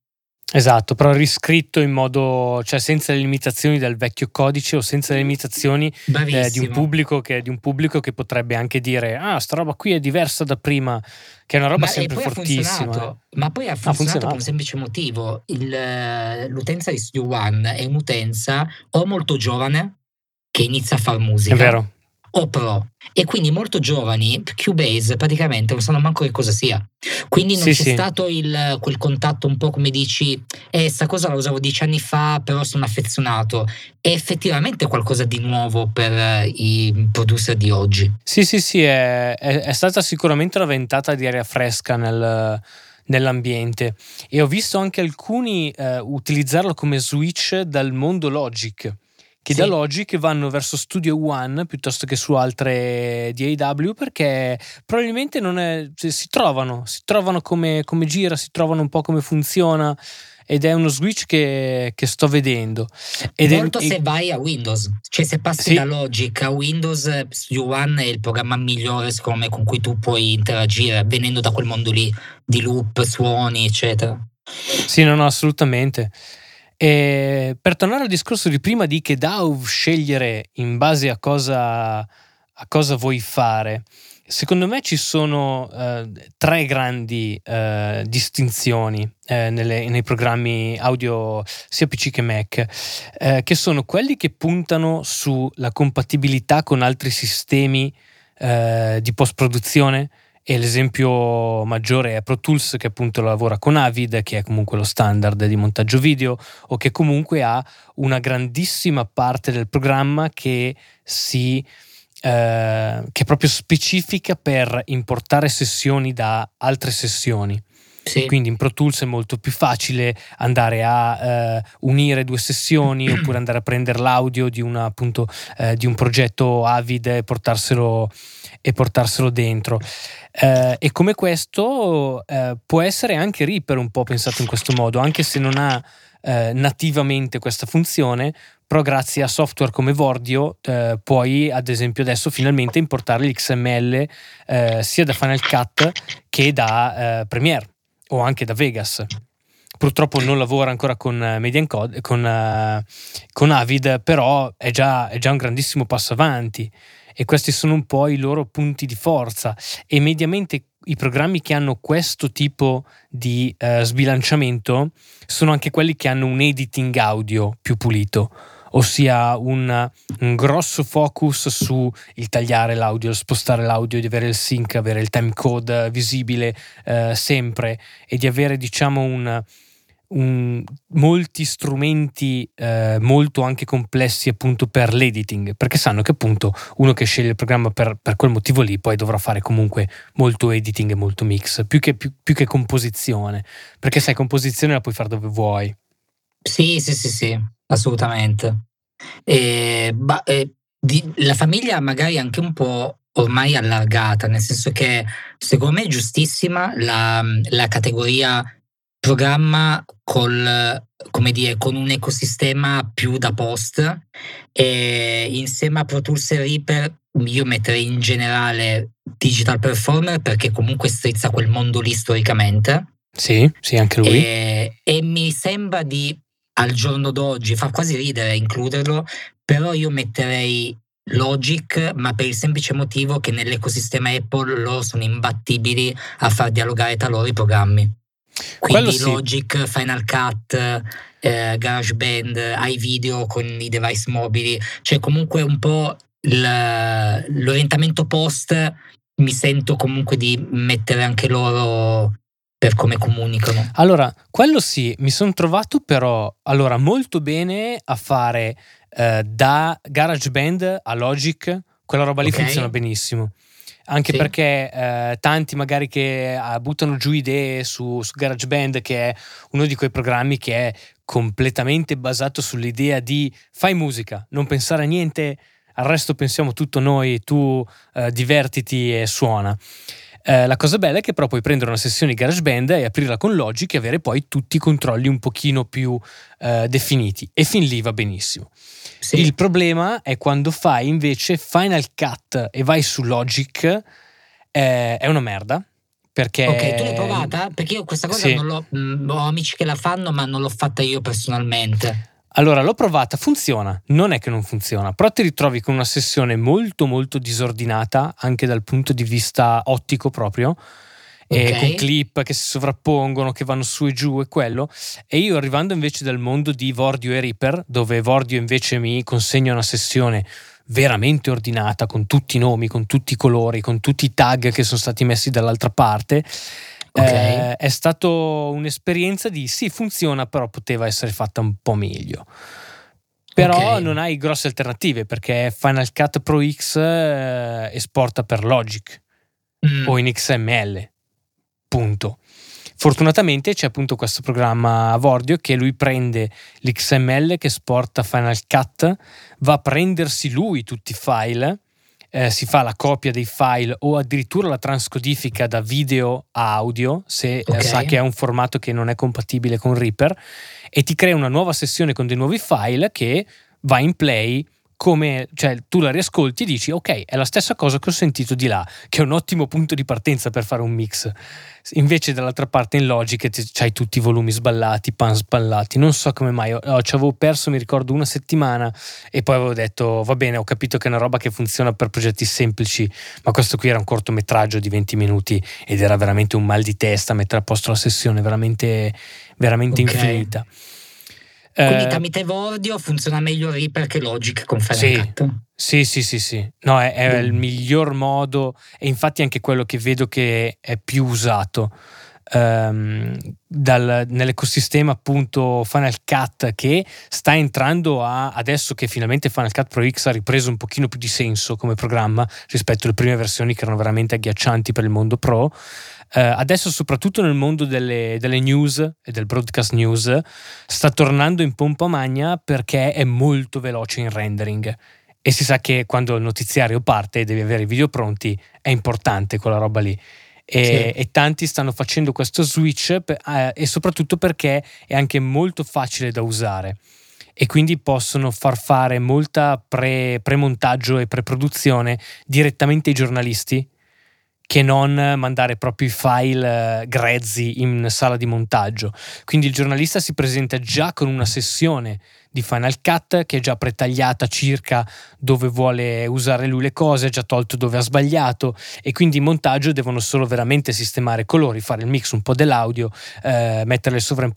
[SPEAKER 1] Esatto, però riscritto in modo, cioè senza le limitazioni del vecchio codice o senza le limitazioni di un
[SPEAKER 2] Bravissimo.
[SPEAKER 1] pubblico che potrebbe anche dire sta roba qui è diversa da prima, che è una roba
[SPEAKER 2] Ma e
[SPEAKER 1] sempre
[SPEAKER 2] poi ha
[SPEAKER 1] fortissima.
[SPEAKER 2] funzionato, ma poi ha
[SPEAKER 1] Ha
[SPEAKER 2] funzionato per un
[SPEAKER 1] funzionato,
[SPEAKER 2] semplice motivo: l'utenza di Studio One è un'utenza o molto giovane, che inizia a far
[SPEAKER 1] è
[SPEAKER 2] musica,
[SPEAKER 1] vero.
[SPEAKER 2] o pro. E quindi molto giovani, Cubase praticamente non sanno manco che cosa sia. Quindi non
[SPEAKER 1] Sì,
[SPEAKER 2] c'è
[SPEAKER 1] sì.
[SPEAKER 2] stato quel contatto un po' come dici: sta cosa la usavo 10 anni fa, però sono affezionato." È effettivamente qualcosa di nuovo per i producer di oggi.
[SPEAKER 1] Sì, sì, sì, è stata sicuramente una ventata di aria fresca nell'ambiente, e ho visto anche alcuni utilizzarlo come switch dal mondo Logic, che da
[SPEAKER 2] Sì.
[SPEAKER 1] Logic vanno verso Studio One piuttosto che su altre DAW, perché probabilmente non è, cioè, si trovano come gira, si trovano un po' come funziona, ed è uno switch che sto vedendo.
[SPEAKER 2] Molto se vai a Windows, cioè se passi da
[SPEAKER 1] Sì.
[SPEAKER 2] Logic a Windows, Studio One è il programma migliore secondo me con cui tu puoi interagire, venendo da quel mondo lì di loop, suoni, eccetera.
[SPEAKER 1] Sì, no, no, assolutamente. E per tornare al discorso di prima di che DAW scegliere in base a cosa vuoi fare, secondo me ci sono tre grandi distinzioni nei programmi audio sia PC che Mac, che sono quelli che puntano sulla compatibilità con altri sistemi di post-produzione, e l'esempio maggiore è Pro Tools, che appunto lavora con Avid, che è comunque lo standard di montaggio video, o che comunque ha una grandissima parte del programma che è proprio specifica per importare sessioni da altre sessioni.
[SPEAKER 2] Sì.
[SPEAKER 1] Quindi in Pro Tools è molto più facile andare a unire due sessioni, oppure andare a prendere l'audio di di un progetto Avid e portarselo dentro. E come questo può essere anche Reaper un po' pensato in questo modo, anche se non ha nativamente questa funzione, però grazie a software come Vordio puoi ad esempio adesso finalmente importare l'XML sia da Final Cut che da Premiere o anche da Vegas. Purtroppo non lavora ancora con Media Encode, con Avid, però è già un grandissimo passo avanti, e questi sono un po' i loro punti di forza. E mediamente i programmi che hanno questo tipo di sbilanciamento sono anche quelli che hanno un editing audio più pulito, ossia un grosso focus su il tagliare l'audio, il spostare l'audio, di avere il sync, avere il timecode visibile sempre, e di avere, diciamo, molti strumenti molto anche complessi appunto per l'editing, perché sanno che appunto uno che sceglie il programma per quel motivo lì poi dovrà fare comunque molto editing e molto mix, più che composizione, perché sai, composizione la puoi fare dove vuoi.
[SPEAKER 2] Sì, sì, sì, sì, assolutamente. La famiglia magari anche un po' ormai allargata, nel senso che secondo me è giustissima la categoria programma come dire, con un ecosistema più da post, insieme a Pro Tools e Reaper io metterei in generale Digital Performer, perché comunque strizza quel mondo lì storicamente.
[SPEAKER 1] Sì, sì, anche lui.
[SPEAKER 2] E mi sembra di, al giorno d'oggi, fa quasi ridere includerlo, però io metterei Logic, ma per il semplice motivo che nell'ecosistema Apple loro sono imbattibili a far dialogare tra loro i programmi.
[SPEAKER 1] Quello
[SPEAKER 2] Quindi
[SPEAKER 1] sì.
[SPEAKER 2] Logic, Final Cut, GarageBand, iVideo con i device mobili, cioè comunque un po' l'orientamento post mi sento comunque di mettere anche loro per come comunicano.
[SPEAKER 1] Allora, quello sì, mi son trovato però, allora, molto bene a fare da GarageBand a Logic, quella roba lì
[SPEAKER 2] Ok?
[SPEAKER 1] funziona benissimo. Anche
[SPEAKER 2] Sì,
[SPEAKER 1] perché tanti magari che buttano giù idee su GarageBand, che è uno di quei programmi che è completamente basato sull'idea di fai musica, non pensare a niente, al resto pensiamo tutto noi, tu divertiti e suona. La cosa bella è che però puoi prendere una sessione di GarageBand e aprirla con Logic e avere poi tutti i controlli un pochino più definiti, e fin lì va benissimo.
[SPEAKER 2] sì,
[SPEAKER 1] Il problema è quando fai invece Final Cut e vai su Logic, è una merda, perché...
[SPEAKER 2] Ok, tu l'hai provata? Perché io questa cosa
[SPEAKER 1] Sì.
[SPEAKER 2] non l'ho, ho amici che la fanno, ma non l'ho fatta io personalmente.
[SPEAKER 1] Allora, l'ho provata, funziona, non è che non funziona, però ti ritrovi con una sessione molto molto disordinata anche dal punto di vista ottico proprio, e con
[SPEAKER 2] Ok,
[SPEAKER 1] clip che si sovrappongono, che vanno su e giù e quello. E io, arrivando invece dal mondo di Vordio e Reaper, dove Vordio invece mi consegna una sessione veramente ordinata, con tutti i nomi, con tutti i colori, con tutti i tag che sono stati messi dall'altra parte,
[SPEAKER 2] ok,
[SPEAKER 1] è stato un'esperienza di sì, funziona, però poteva essere fatta un po' meglio.
[SPEAKER 2] ok.
[SPEAKER 1] Però non hai grosse alternative, perché Final Cut Pro X esporta per Logic o
[SPEAKER 2] Mm,
[SPEAKER 1] in XML, punto. Fortunatamente c'è appunto questo programma Vordio che lui prende l'XML che esporta Final Cut, va a prendersi lui tutti i file, si fa la copia dei file o addirittura la transcodifica da video a audio se
[SPEAKER 2] ok.
[SPEAKER 1] sa che è un formato che non è compatibile con Reaper, e ti crea una nuova sessione con dei nuovi file che va in play, come, cioè tu la riascolti e dici ok, è la stessa cosa che ho sentito di là, che è un ottimo punto di partenza per fare un mix. Invece dall'altra parte in Logic c'hai tutti i volumi sballati, pan sballati, non so come mai, ci avevo perso, mi ricordo, una settimana, e poi avevo detto va bene, ho capito che è una roba che funziona per progetti semplici, ma questo qui era un cortometraggio di 20 minuti ed era veramente un mal di testa mettere a posto la sessione, veramente, veramente
[SPEAKER 2] Ok.
[SPEAKER 1] infinita.
[SPEAKER 2] Quindi
[SPEAKER 1] Eh,
[SPEAKER 2] tramite Vordio funziona meglio Reaper che Logic con Final
[SPEAKER 1] sì,
[SPEAKER 2] Cut.
[SPEAKER 1] sì. No, è il
[SPEAKER 2] Boom.
[SPEAKER 1] miglior modo, e infatti anche quello che vedo che è più usato nell'ecosistema appunto Final Cut, che sta entrando adesso che finalmente Final Cut Pro X ha ripreso un pochino più di senso come programma rispetto alle prime versioni che erano veramente agghiaccianti per il mondo pro. Adesso soprattutto nel mondo delle news e del broadcast news sta tornando in pompa magna perché è molto veloce in rendering, e si sa che quando il notiziario parte e devi avere i video pronti è importante quella roba lì,
[SPEAKER 2] Sì.
[SPEAKER 1] e tanti stanno facendo questo switch e soprattutto perché è anche molto facile da usare, e quindi possono far fare molta pre-montaggio e pre-produzione direttamente ai giornalisti, che non mandare proprio i file grezzi in sala di montaggio. Quindi il giornalista si presenta già con una sessione di Final Cut che è già pretagliata circa dove vuole usare lui le cose, già tolto dove ha sbagliato, e quindi in montaggio devono solo veramente sistemare i colori, fare il mix un po' dell'audio, mettere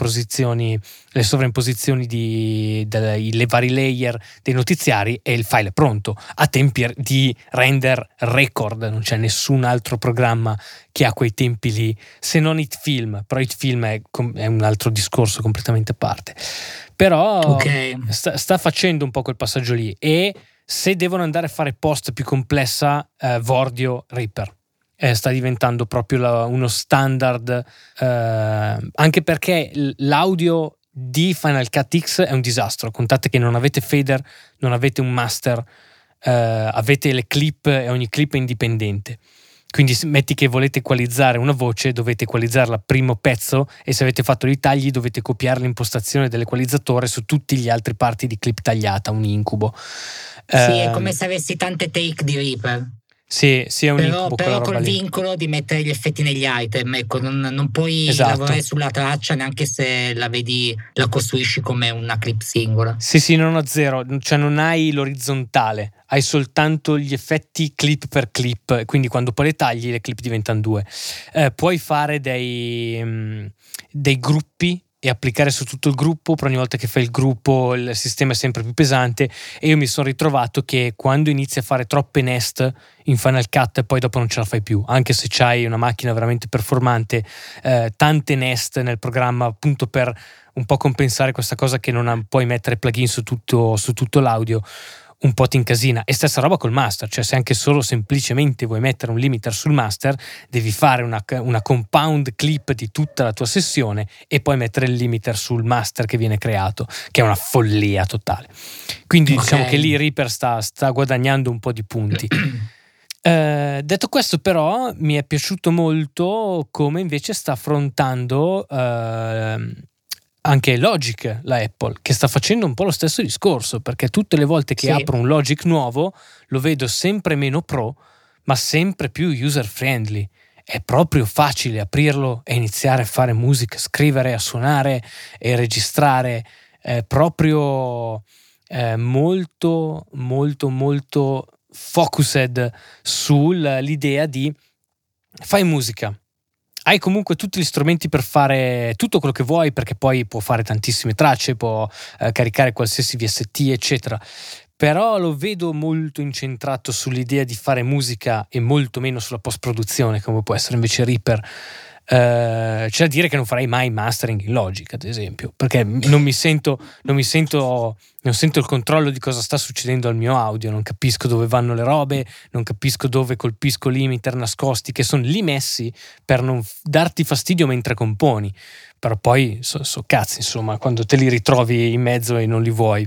[SPEAKER 1] le sovraimposizioni le vari layer dei notiziari, e il file è pronto a tempi di render record. Non c'è nessun altro programma che ha quei tempi lì, se non Hitfilm, però Hitfilm è un altro discorso completamente a parte. Però
[SPEAKER 2] Ok.
[SPEAKER 1] sta facendo un po' quel passaggio lì, e se devono andare a fare post più complessa, Vordio Reaper sta diventando proprio uno standard, anche perché l'audio di Final Cut X è un disastro. Contate che non avete fader, non avete un master, avete le clip e ogni clip è indipendente. Quindi metti che volete equalizzare una voce, dovete equalizzarla primo pezzo, e se avete fatto i tagli dovete copiare l'impostazione dell'equalizzatore su tutti gli altri parti di clip tagliata, un incubo.
[SPEAKER 2] Sì, è come se avessi tante take di Reaper.
[SPEAKER 1] Sì, è un incubo quella
[SPEAKER 2] Però
[SPEAKER 1] roba
[SPEAKER 2] col
[SPEAKER 1] lì.
[SPEAKER 2] vincolo di mettere gli effetti negli item, ecco, non puoi
[SPEAKER 1] Esatto.
[SPEAKER 2] lavorare sulla traccia neanche se la vedi, la costruisci come una clip singola.
[SPEAKER 1] Sì, non ho zero, cioè non hai l'orizzontale, hai soltanto gli effetti clip per clip, quindi quando poi le tagli le clip diventano due. Puoi fare dei gruppi e applicare su tutto il gruppo, però ogni volta che fai il gruppo il sistema è sempre più pesante, e io mi sono ritrovato che quando inizi a fare troppe nest in Final Cut poi dopo non ce la fai più, anche se c'hai una macchina veramente performante, tante nest nel programma appunto per un po' compensare questa cosa che non puoi mettere plugin su tutto l'audio, un po' ti incasina. E stessa roba col master, cioè se anche solo semplicemente vuoi mettere un limiter sul master, devi fare una compound clip di tutta la tua sessione e poi mettere il limiter sul master che viene creato, che è una follia totale. Quindi diciamo che lì Reaper sta guadagnando un po' di punti. Detto questo, però, mi è piaciuto molto come invece sta affrontando anche Logic, la Apple, che sta facendo un po' lo stesso discorso, perché tutte le volte che apro un Logic nuovo lo vedo sempre meno pro, ma sempre più user friendly. è proprio facile aprirlo e iniziare a fare musica, scrivere, a suonare e registrare. È proprio molto molto molto focused sull'idea di fai musica, hai comunque tutti gli strumenti per fare tutto quello che vuoi, perché poi può fare tantissime tracce, può caricare qualsiasi VST eccetera, però lo vedo molto incentrato sull'idea di fare musica e molto meno sulla post-produzione, come può essere invece Reaper. C'è da dire che non farei mai mastering in Logic, ad esempio, perché non sento il controllo di cosa sta succedendo al mio audio, non capisco dove vanno le robe, non capisco dove colpisco limiter nascosti che sono lì messi per non darti fastidio mentre componi, però poi so cazzi, insomma, quando te li ritrovi in mezzo e non li vuoi.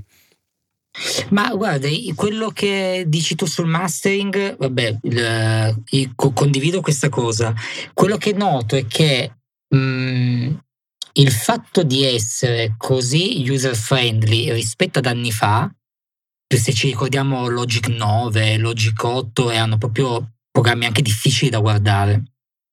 [SPEAKER 2] Ma guarda, quello che dici tu sul mastering, vabbè, condivido questa cosa. Quello che noto è che il fatto di essere così user friendly rispetto ad anni fa, se ci ricordiamo Logic 9, Logic 8 erano proprio programmi anche difficili da guardare.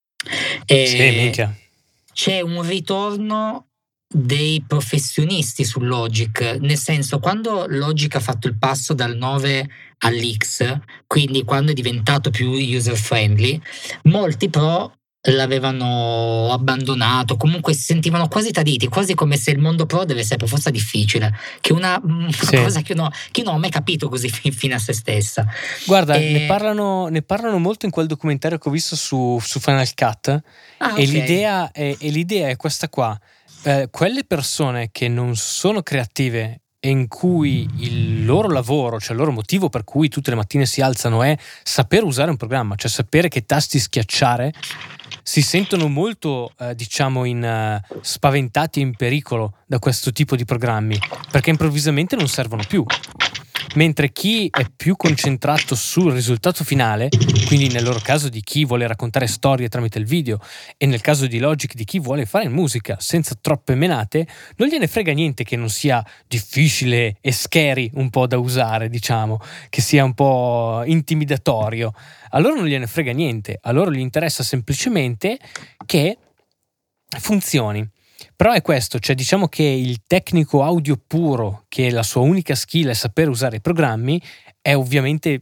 [SPEAKER 1] Sì, minchia.
[SPEAKER 2] C'è un ritorno dei professionisti su Logic, nel senso, quando Logic ha fatto il passo dal 9 all'X, quindi quando è diventato più user friendly, molti pro l'avevano abbandonato, comunque si sentivano quasi traditi, quasi come se il mondo pro deve essere per forza difficile, che è una cosa che non ho mai capito così fino a se stessa.
[SPEAKER 1] Guarda, ne parlano molto in quel documentario che ho visto su Final Cut, e
[SPEAKER 2] okay.
[SPEAKER 1] l'idea è questa qua. Quelle persone che non sono creative e in cui il loro lavoro, cioè il loro motivo per cui tutte le mattine si alzano è saper usare un programma, cioè sapere che tasti schiacciare, si sentono molto spaventati e in pericolo da questo tipo di programmi, perché improvvisamente non servono più. Mentre chi è più concentrato sul risultato finale, quindi nel loro caso di chi vuole raccontare storie tramite il video, e nel caso di Logic di chi vuole fare musica senza troppe menate, non gliene frega niente che non sia difficile e scary un po' da usare, diciamo, che sia un po' intimidatorio. A loro non gliene frega niente, a loro gli interessa semplicemente che funzioni. Però è questo, cioè diciamo che il tecnico audio puro, che la sua unica skill è sapere usare i programmi, è ovviamente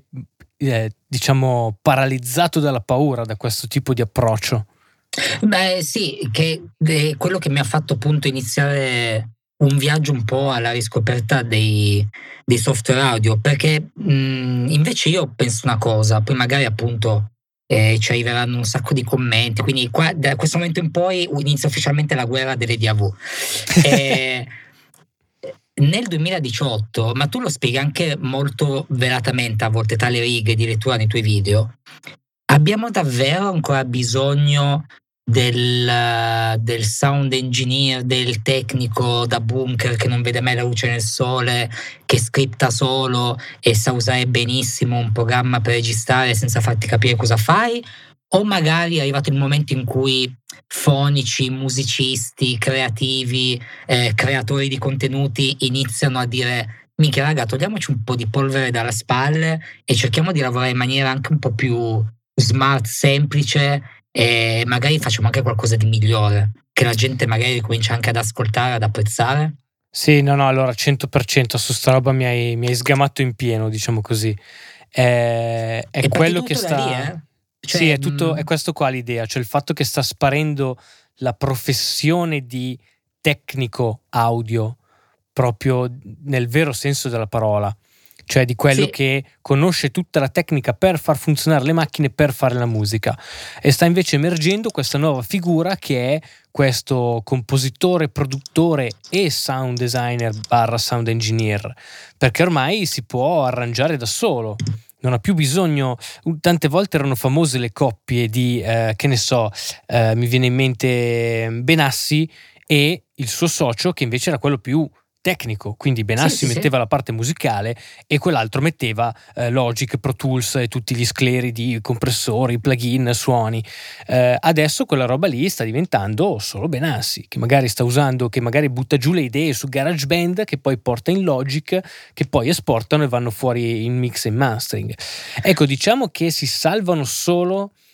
[SPEAKER 1] paralizzato dalla paura da questo tipo di approccio.
[SPEAKER 2] Beh sì, che è quello che mi ha fatto appunto iniziare un viaggio un po' alla riscoperta dei software audio, perché invece io penso una cosa, poi magari appunto ci arriveranno un sacco di commenti, quindi qua, da questo momento in poi inizia ufficialmente la guerra delle DAW. Nel 2018, ma tu lo spieghi anche molto velatamente a volte tra le righe di lettura nei tuoi video, abbiamo davvero ancora bisogno del sound engineer, del tecnico da bunker che non vede mai la luce nel sole, che scripta solo e sa usare benissimo un programma per registrare senza farti capire cosa fai? O magari è arrivato il momento in cui fonici, musicisti, creativi, creatori di contenuti iniziano a dire: minchia raga, togliamoci un po' di polvere dalle spalle e cerchiamo di lavorare in maniera anche un po' più smart, semplice, e magari facciamo anche qualcosa di migliore, che la gente magari comincia anche ad ascoltare, ad apprezzare.
[SPEAKER 1] Sì, no, allora 100% su sta roba mi hai sgamato in pieno, diciamo così. È quello che sta...
[SPEAKER 2] Lì,
[SPEAKER 1] Cioè, sì, è questo qua l'idea, cioè il fatto che sta sparendo la professione di tecnico audio proprio nel vero senso della parola, cioè di quello che conosce tutta la tecnica per far funzionare le macchine, per fare la musica, e sta invece emergendo questa nuova figura che è questo compositore, produttore e sound designer / sound engineer, perché ormai si può arrangiare da solo, non ha più bisogno. Tante volte erano famose le coppie di che ne so, mi viene in mente Benassi e il suo socio, che invece era quello più tecnico, quindi Benassi metteva la parte musicale e quell'altro metteva Logic, Pro Tools e tutti gli scleri di compressori, plugin, suoni. Adesso quella roba lì sta diventando solo Benassi, che magari sta usando, che magari butta giù le idee su GarageBand, che poi porta in Logic, che poi esportano e vanno fuori in mix e mastering. Ecco, diciamo che si salvano solo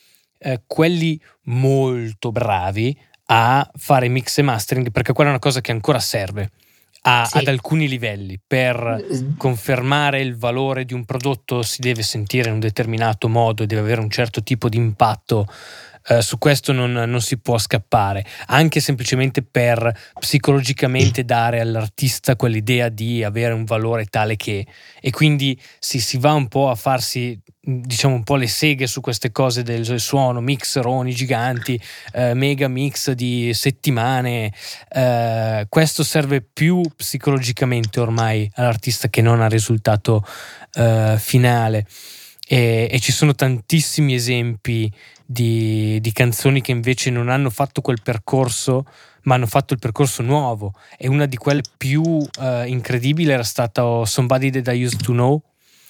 [SPEAKER 1] quelli molto bravi a fare mix e mastering, perché quella è una cosa che ancora serve ad alcuni livelli. Per confermare il valore di un prodotto si deve sentire in un determinato modo, deve avere un certo tipo di impatto. Su questo non si può scappare, anche semplicemente per psicologicamente dare all'artista quell'idea di avere un valore tale che, e quindi si va un po' a farsi, diciamo, un po' le seghe su queste cose del suono, mixeroni giganti, mega mix di settimane. Questo serve più psicologicamente ormai all'artista che non al risultato finale, e ci sono tantissimi esempi di canzoni che invece non hanno fatto quel percorso, ma hanno fatto il percorso nuovo, e una di quelle più incredibili era stata Somebody That I Used to Know,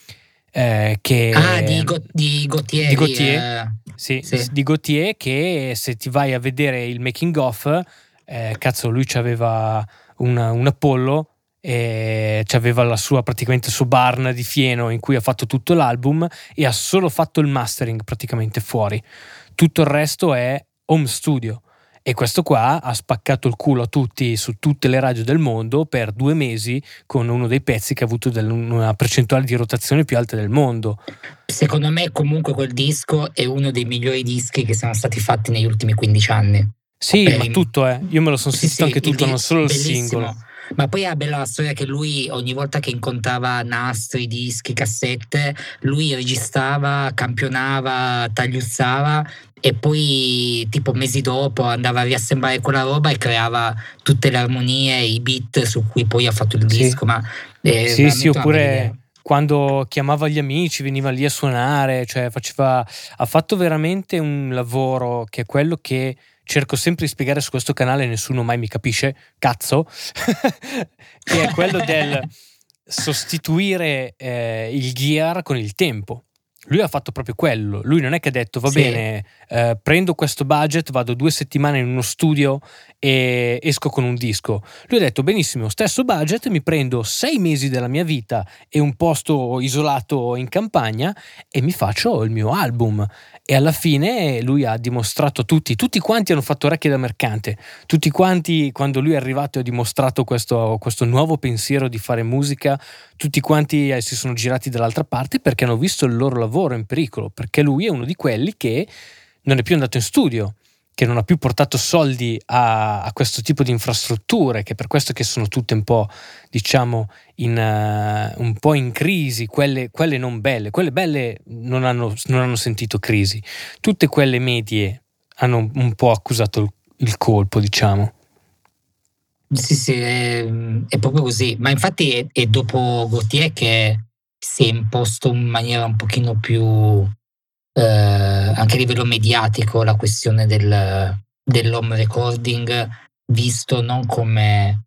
[SPEAKER 2] di Gautier,
[SPEAKER 1] di Gautier, sì. Di Gautier, che se ti vai a vedere il making of, cazzo, lui c'aveva un Apollo e c'aveva la sua, praticamente il suo barn di fieno in cui ha fatto tutto l'album, e ha solo fatto il mastering praticamente fuori, tutto il resto è home studio, e questo qua ha spaccato il culo a tutti su tutte le radio del mondo per 2 mesi con uno dei pezzi che ha avuto una percentuale di rotazione più alta del mondo.
[SPEAKER 2] Secondo me comunque quel disco è uno dei migliori dischi che sono stati fatti negli ultimi 15 anni.
[SPEAKER 1] Sì, ma tutto io me lo sono sentito anche tutto, non solo il singolo.
[SPEAKER 2] Ma poi è bella la storia che lui ogni volta che incontrava nastri, dischi, cassette, lui registrava, campionava, tagliuzzava, e poi tipo mesi dopo andava a riassemblare quella roba e creava tutte le armonie, i beat su cui poi ha fatto il disco. Ma
[SPEAKER 1] sì, oppure quando chiamava gli amici veniva lì a suonare, cioè ha fatto veramente un lavoro che è quello che cerco sempre di spiegare su questo canale, nessuno mai mi capisce, cazzo, che è quello del sostituire il gear con il tempo. Lui ha fatto proprio quello. Lui non è che ha detto va bene, prendo questo budget, vado 2 settimane in uno studio e esco con un disco. Lui ha detto benissimo, stesso budget, mi prendo 6 mesi della mia vita e un posto isolato in campagna e mi faccio il mio album. E alla fine lui ha dimostrato a tutti quanti hanno fatto orecchie da mercante, tutti quanti, quando lui è arrivato e ha dimostrato questo nuovo pensiero di fare musica, tutti quanti si sono girati dall'altra parte perché hanno visto il loro lavoro in pericolo, perché lui è uno di quelli che non è più andato in studio, che non ha più portato soldi a questo tipo di infrastrutture, che per questo che sono tutte un po', diciamo, un po' in crisi, quelle non belle. Quelle belle non hanno sentito crisi, tutte quelle medie hanno un po' accusato il colpo, diciamo.
[SPEAKER 2] Sì, è proprio così, ma infatti è dopo Gautier che si è imposto in maniera un pochino più anche a livello mediatico la questione dell'home recording, visto non come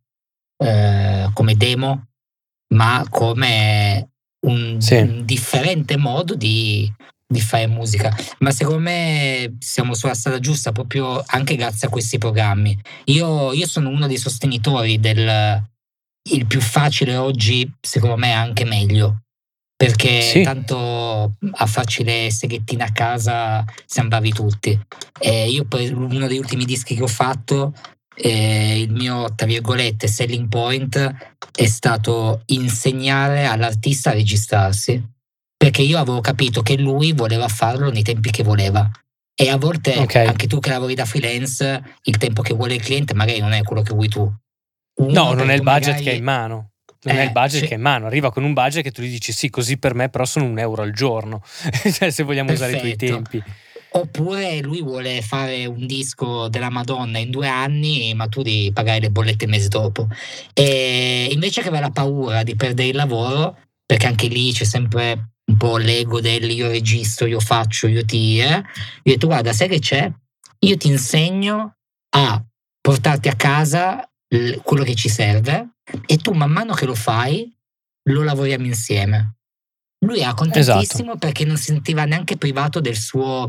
[SPEAKER 2] demo, ma come un differente modo di fare musica. Ma secondo me siamo sulla strada giusta proprio anche grazie a questi programmi. Io sono uno dei sostenitori il più facile oggi, secondo me è anche meglio, perché tanto a farci le seghettine a casa siamo bravi tutti. Io poi uno degli ultimi dischi che ho fatto, il mio, tra virgolette, selling point è stato insegnare all'artista a registrarsi, perché io avevo capito che lui voleva farlo nei tempi che voleva, e a volte anche tu che lavori da freelance, il tempo che vuole il cliente magari non è quello che vuoi tu.
[SPEAKER 1] Non è il budget che hai in mano. Non è il budget che è in mano, arriva con un budget che tu gli dici sì, così per me però sono €1 al giorno, cioè, se vogliamo usare i tuoi tempi.
[SPEAKER 2] Oppure lui vuole fare un disco della Madonna in 2 anni, ma tu devi pagare le bollette il mese dopo. E invece che avere la paura di perdere il lavoro, perché anche lì c'è sempre un po' l'ego del io registro, io faccio, io ho detto guarda, sai che c'è? Io ti insegno a portarti a casa quello che ci serve, e tu man mano che lo fai lo lavoriamo insieme. Lui era contentissimo, perché non si sentiva neanche privato del suo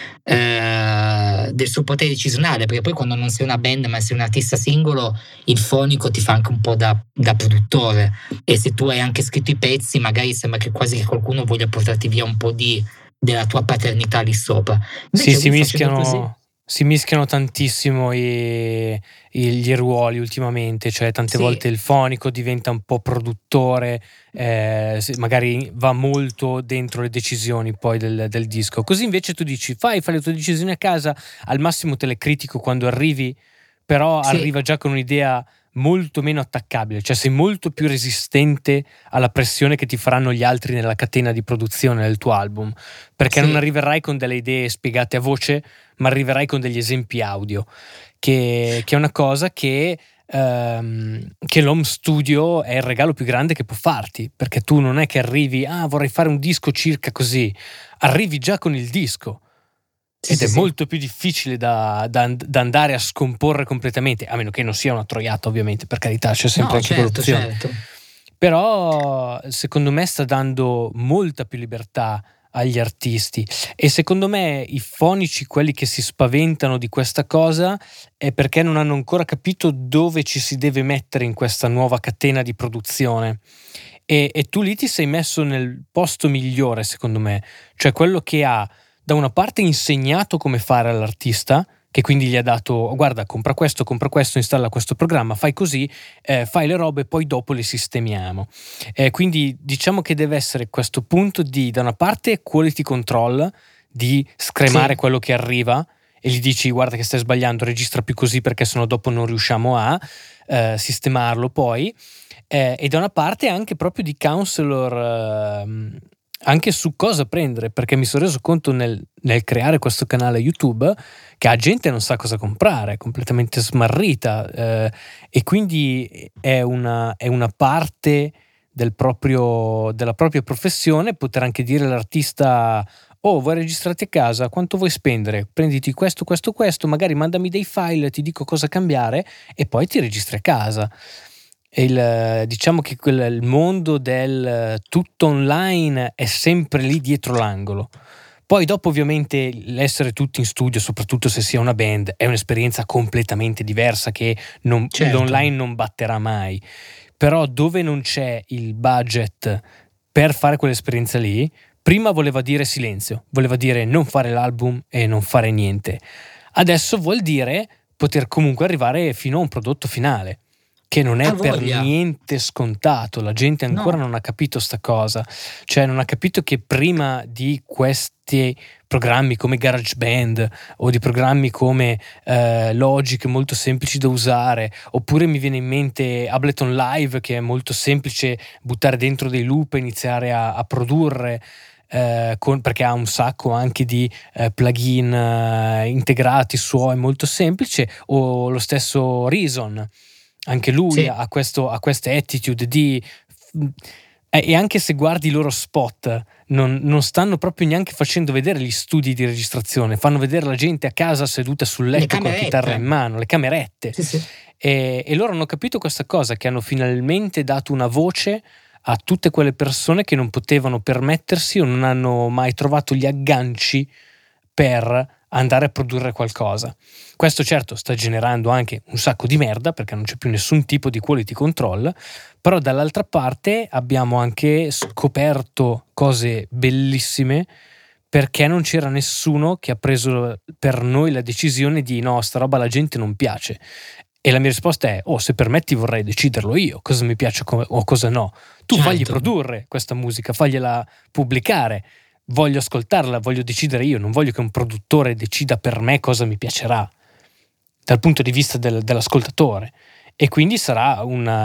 [SPEAKER 2] potere decisionale, perché poi quando non sei una band ma sei un artista singolo, il fonico ti fa anche un po' da produttore, e se tu hai anche scritto i pezzi magari sembra che quasi che qualcuno voglia portarti via un po' di della tua paternità lì sopra.
[SPEAKER 1] Sì,
[SPEAKER 2] Invece lui facendo così,
[SPEAKER 1] si mischiano tantissimo gli ruoli ultimamente, cioè tante
[SPEAKER 2] sì,
[SPEAKER 1] volte il fonico diventa un po' produttore, magari va molto dentro le decisioni poi del disco. Così invece tu dici, fai le tue decisioni a casa, al massimo te le critico quando arrivi, però
[SPEAKER 2] sì,
[SPEAKER 1] arriva già con un'idea molto meno attaccabile, cioè sei molto più resistente alla pressione che ti faranno gli altri nella catena di produzione del tuo album, perché non
[SPEAKER 2] sì,
[SPEAKER 1] arriverai con delle idee spiegate a voce, ma arriverai con degli esempi audio, che è una cosa che l'home studio è il regalo più grande che può farti, perché tu non è che arrivi, vorrei fare un disco circa così, arrivi già con il disco.
[SPEAKER 2] sì,
[SPEAKER 1] Ed
[SPEAKER 2] sì,
[SPEAKER 1] è
[SPEAKER 2] sì.
[SPEAKER 1] molto più difficile da andare a scomporre completamente, a meno che non sia una troiata, ovviamente, per carità, c'è sempre
[SPEAKER 2] No,
[SPEAKER 1] anche
[SPEAKER 2] certo,
[SPEAKER 1] quell'opzione.
[SPEAKER 2] certo.
[SPEAKER 1] Però secondo me sta dando molta più libertà agli artisti, e secondo me i fonici, quelli che si spaventano di questa cosa, è perché non hanno ancora capito dove ci si deve mettere in questa nuova catena di produzione. E tu lì ti sei messo nel posto migliore, secondo me, cioè quello che ha da una parte insegnato come fare all'artista, che quindi gli ha dato, guarda, compra questo, installa questo programma, fai così, fai le robe, poi dopo le sistemiamo. Quindi diciamo che deve essere questo punto di, da una parte, quality control, di scremare
[SPEAKER 2] Sì.
[SPEAKER 1] quello che arriva e gli dici, guarda che stai sbagliando, registra più così perché sennò dopo non riusciamo a sistemarlo poi. E da una parte anche proprio di counselor, anche su cosa prendere, perché mi sono reso conto nel creare questo canale YouTube che la gente non sa cosa comprare, è completamente smarrita, e quindi è una parte della propria professione poter anche dire all'artista: oh, vuoi registrarti a casa? Quanto vuoi spendere? Prenditi questo, magari mandami dei file, ti dico cosa cambiare e poi ti registri a casa. Diciamo che il mondo del tutto online è sempre lì dietro l'angolo. Poi dopo ovviamente l'essere tutti in studio, soprattutto se si è una band, è un'esperienza completamente diversa che
[SPEAKER 2] Certo.
[SPEAKER 1] l'online non batterà mai. Però dove non c'è il budget per fare quell'esperienza lì, prima voleva dire silenzio, voleva dire non fare l'album e non fare niente. Adesso vuol dire poter comunque arrivare fino a un prodotto finale, che non è
[SPEAKER 2] Ha
[SPEAKER 1] per
[SPEAKER 2] voglia.
[SPEAKER 1] niente scontato. La gente ancora
[SPEAKER 2] No.
[SPEAKER 1] non ha capito sta cosa, cioè non ha capito che prima di questi programmi come GarageBand o di programmi come Logic, molto semplici da usare, oppure mi viene in mente Ableton Live, che è molto semplice buttare dentro dei loop e iniziare a produrre, perché ha un sacco anche di plugin integrati, è molto semplice, o lo stesso Reason, anche lui
[SPEAKER 2] Sì.
[SPEAKER 1] ha questa attitude di e anche se guardi i loro spot non stanno proprio neanche facendo vedere gli studi di registrazione, fanno vedere la gente a casa seduta sul
[SPEAKER 2] Le
[SPEAKER 1] letto con la chitarra in
[SPEAKER 2] camerette.
[SPEAKER 1] mano, le camerette,
[SPEAKER 2] Sì, sì.
[SPEAKER 1] e loro hanno capito questa cosa, che hanno finalmente dato una voce a tutte quelle persone che non potevano permettersi o non hanno mai trovato gli agganci per andare a produrre qualcosa. Questo certo sta generando anche un sacco di merda, perché non c'è più nessun tipo di quality control, però dall'altra parte abbiamo anche scoperto cose bellissime, perché non c'era nessuno che ha preso per noi la decisione di no, sta roba alla gente non piace. E la mia risposta è: se permetti vorrei deciderlo io, cosa mi piace o cosa no. Tu fagli
[SPEAKER 2] Certo.
[SPEAKER 1] produrre questa musica, fagliela pubblicare, voglio ascoltarla, voglio decidere io, non voglio che un produttore decida per me cosa mi piacerà dal punto di vista dell'ascoltatore. E quindi sarà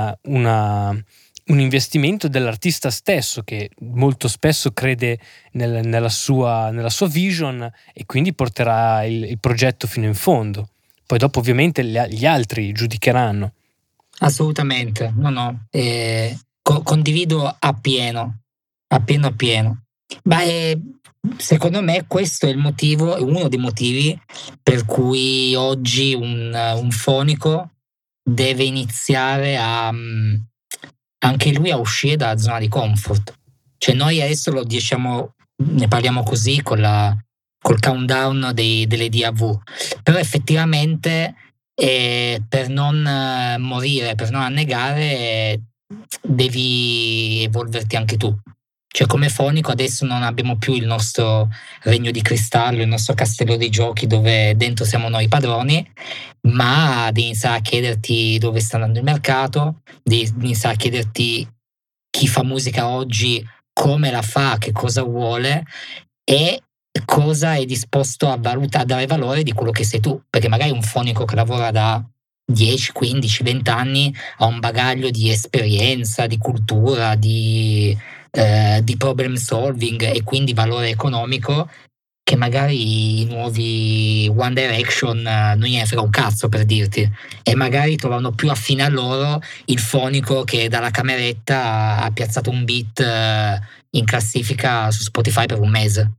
[SPEAKER 1] un investimento dell'artista stesso, che molto spesso crede nella sua vision, e quindi porterà il progetto fino in fondo. Poi dopo ovviamente gli altri giudicheranno.
[SPEAKER 2] Assolutamente. No, no. Condivido appieno. Appieno, appieno. Ma secondo me questo è il motivo, è uno dei motivi per cui oggi un fonico deve iniziare anche lui a uscire dalla zona di comfort. Cioè noi adesso lo diciamo, ne parliamo così col countdown delle DAV, però effettivamente per non morire, per non annegare, devi evolverti anche tu. Cioè, come fonico adesso non abbiamo più il nostro regno di cristallo, il nostro castello dei giochi dove dentro siamo noi padroni, ma devi iniziare a chiederti dove sta andando il mercato, devi iniziare a chiederti chi fa musica oggi, come la fa, che cosa vuole e cosa è disposto a dare valore di quello che sei tu, perché magari un fonico che lavora da 10, 15, 20 anni ha un bagaglio di esperienza, di cultura, di problem solving e quindi valore economico che magari i nuovi One Direction non gliene frega un cazzo, per dirti, e magari trovano più affine a loro il fonico che dalla cameretta ha piazzato un beat in classifica su Spotify per un mese.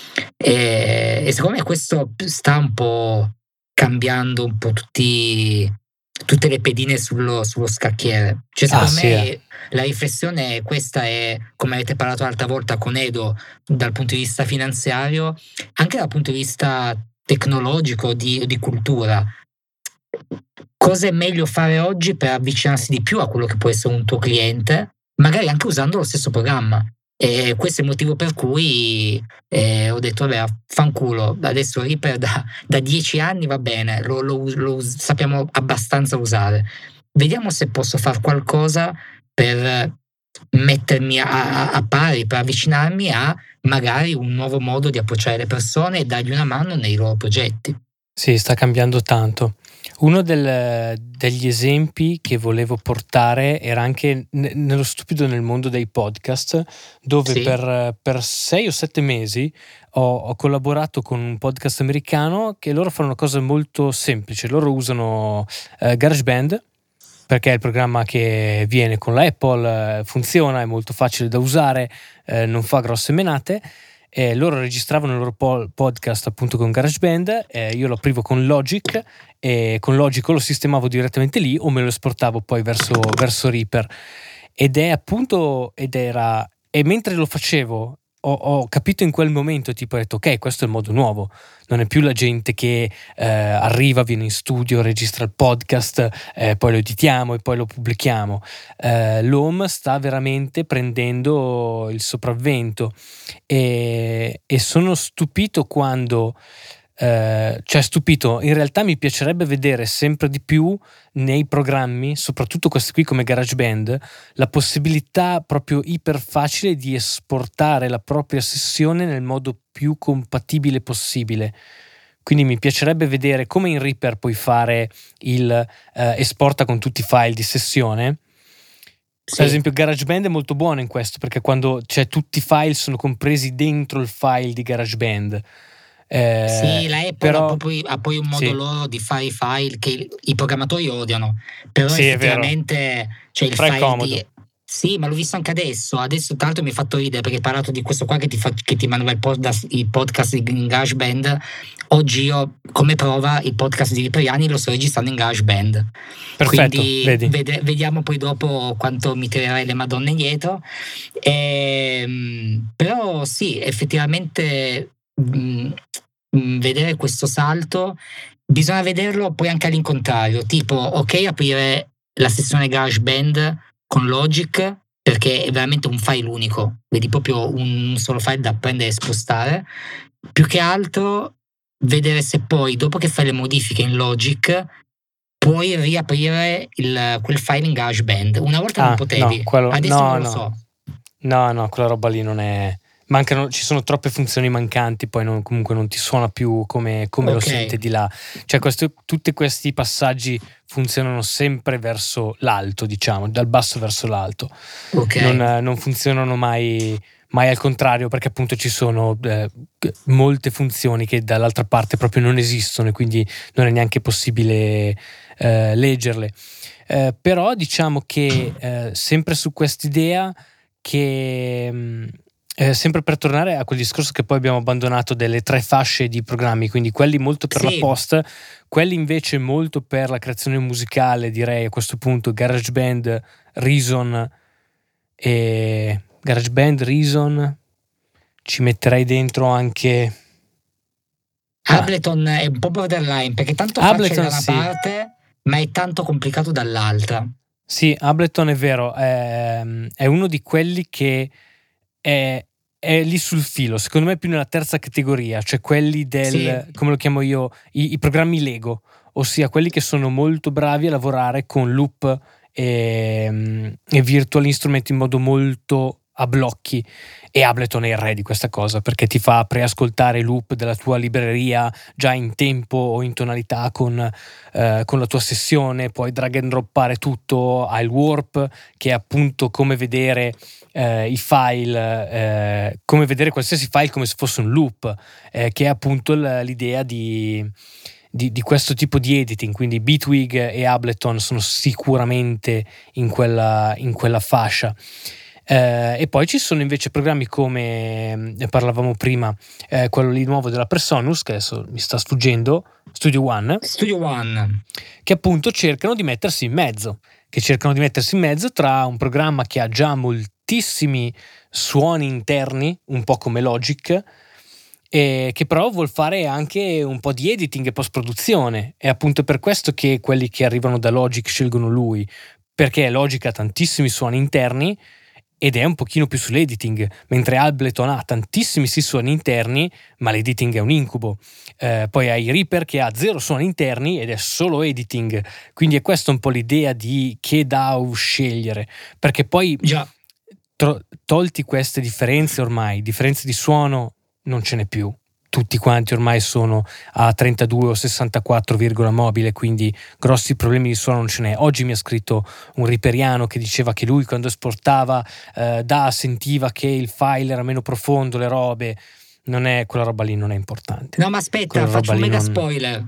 [SPEAKER 2] E secondo me questo sta un po' cambiando un po' tutte le pedine sullo scacchiere. Cioè, secondo me la riflessione questa è, come avete parlato l'altra volta con Edo, dal punto di vista finanziario, anche dal punto di vista tecnologico, di cultura. Cosa è meglio fare oggi per avvicinarsi di più a quello che può essere un tuo cliente, magari anche usando lo stesso programma? E questo è il motivo per cui ho detto, vabbè, fanculo, adesso Reaper da 10 anni va bene, lo sappiamo abbastanza usare. Vediamo se posso fare qualcosa per mettermi a pari, per avvicinarmi a magari un nuovo modo di approcciare le persone e dargli una mano nei loro progetti.
[SPEAKER 1] Sì, sta cambiando tanto. Uno degli esempi che volevo portare era anche nello stupido nel mondo dei podcast, dove
[SPEAKER 2] Sì.
[SPEAKER 1] per 6 o 7 mesi ho collaborato con un podcast americano che loro fanno una cosa molto semplice. Loro usano GarageBand, perché è il programma che viene con la Apple, funziona, è molto facile da usare, non fa grosse menate. Loro registravano il loro podcast appunto con GarageBand, io lo aprivo con Logic e con Logic lo sistemavo direttamente lì o me lo esportavo poi verso Reaper, e mentre lo facevo ho capito in quel momento, tipo ho detto ok, questo è il modo nuovo, non è più la gente che arriva, viene in studio, registra il podcast, poi lo editiamo e poi lo pubblichiamo. L'home sta veramente prendendo il sopravvento e sono stupito quando stupito, in realtà mi piacerebbe vedere sempre di più nei programmi, soprattutto questi qui come GarageBand, la possibilità proprio iper facile di esportare la propria sessione nel modo più compatibile possibile. Quindi mi piacerebbe vedere come in Reaper puoi fare il esporta con tutti i file di sessione.
[SPEAKER 2] Sì.
[SPEAKER 1] Per esempio GarageBand è molto buono in questo, perché quando tutti i file sono compresi dentro il file di GarageBand.
[SPEAKER 2] Sì, la Apple
[SPEAKER 1] però,
[SPEAKER 2] ha poi un modo loro di fare i file che i programmatori odiano, però
[SPEAKER 1] sì,
[SPEAKER 2] effettivamente c'è il
[SPEAKER 1] però è
[SPEAKER 2] file
[SPEAKER 1] comodo.
[SPEAKER 2] Sì, ma l'ho visto anche adesso. Adesso tra l'altro mi ha fatto ridere perché hai parlato di questo qua che ti mandava il podcast in GarageBand. Oggi io, come prova, il podcast di Riperiani lo sto registrando in GarageBand.
[SPEAKER 1] Perfetto,
[SPEAKER 2] quindi
[SPEAKER 1] vedi.
[SPEAKER 2] Vediamo poi dopo quanto mi tirerai le madonne dietro. Però sì, effettivamente vedere questo salto bisogna vederlo poi anche all'incontrario, tipo ok, aprire la sessione GarageBand con Logic perché è veramente un file unico, vedi proprio un solo file da prendere e spostare, più che altro vedere se poi dopo che fai le modifiche in Logic puoi riaprire quel file in GarageBand. Una volta non potevi, adesso non lo so.
[SPEAKER 1] No, quella roba lì non è... ci sono troppe funzioni mancanti, poi comunque non ti suona più come lo sente di là. Cioè tutti questi passaggi funzionano sempre verso l'alto, diciamo, dal basso verso l'alto.
[SPEAKER 2] Okay.
[SPEAKER 1] Non funzionano mai al contrario, perché appunto ci sono molte funzioni che dall'altra parte proprio non esistono e quindi non è neanche possibile leggerle. Però diciamo che sempre su quest'idea che sempre per tornare a quel discorso che poi abbiamo abbandonato delle 3 fasce di programmi, quindi quelli molto per la post, quelli invece molto per la creazione musicale, direi a questo punto GarageBand, Reason, ci metterei dentro anche
[SPEAKER 2] Ableton è un po' borderline perché tanto facile da una parte ma è tanto complicato dall'altra.
[SPEAKER 1] Sì, Ableton è vero, è uno di quelli che è lì sul filo, secondo me più nella terza categoria, cioè quelli come lo chiamo io, i programmi Lego, ossia quelli che sono molto bravi a lavorare con loop e virtual instrument in modo molto a blocchi, e Ableton è il re di questa cosa, perché ti fa preascoltare i loop della tua libreria già in tempo o in tonalità con la tua sessione, puoi drag and droppare tutto, hai il warp che è appunto come vedere i file, come vedere qualsiasi file come se fosse un loop, che è appunto l'idea di questo tipo di editing. Quindi Bitwig e Ableton sono sicuramente in quella fascia. E poi ci sono invece programmi come ne parlavamo prima, quello lì nuovo della Presonus, che adesso mi sta sfuggendo, Studio One, che appunto cercano di mettersi in mezzo tra un programma che ha già moltissimi suoni interni, un po' come Logic, e che però vuol fare anche un po' di editing e post-produzione. È appunto per questo che quelli che arrivano da Logic scelgono lui, perché Logic ha tantissimi suoni interni ed è un pochino più sull'editing, mentre Ableton ha tantissimi suoni interni, ma l'editing è un incubo. Poi hai Reaper che ha 0 suoni interni ed è solo editing, quindi è questa un po' l'idea di che DAW scegliere, perché poi tolti queste differenze, ormai differenze di suono non ce n'è più. Tutti quanti ormai sono a 32 o 64 mobile, quindi grossi problemi di suono non ce n'è. Oggi mi ha scritto un riperiano che diceva che lui quando esportava sentiva che il file era meno profondo, le robe. Quella roba lì non è importante.
[SPEAKER 2] No, ma aspetta, faccio un mega spoiler.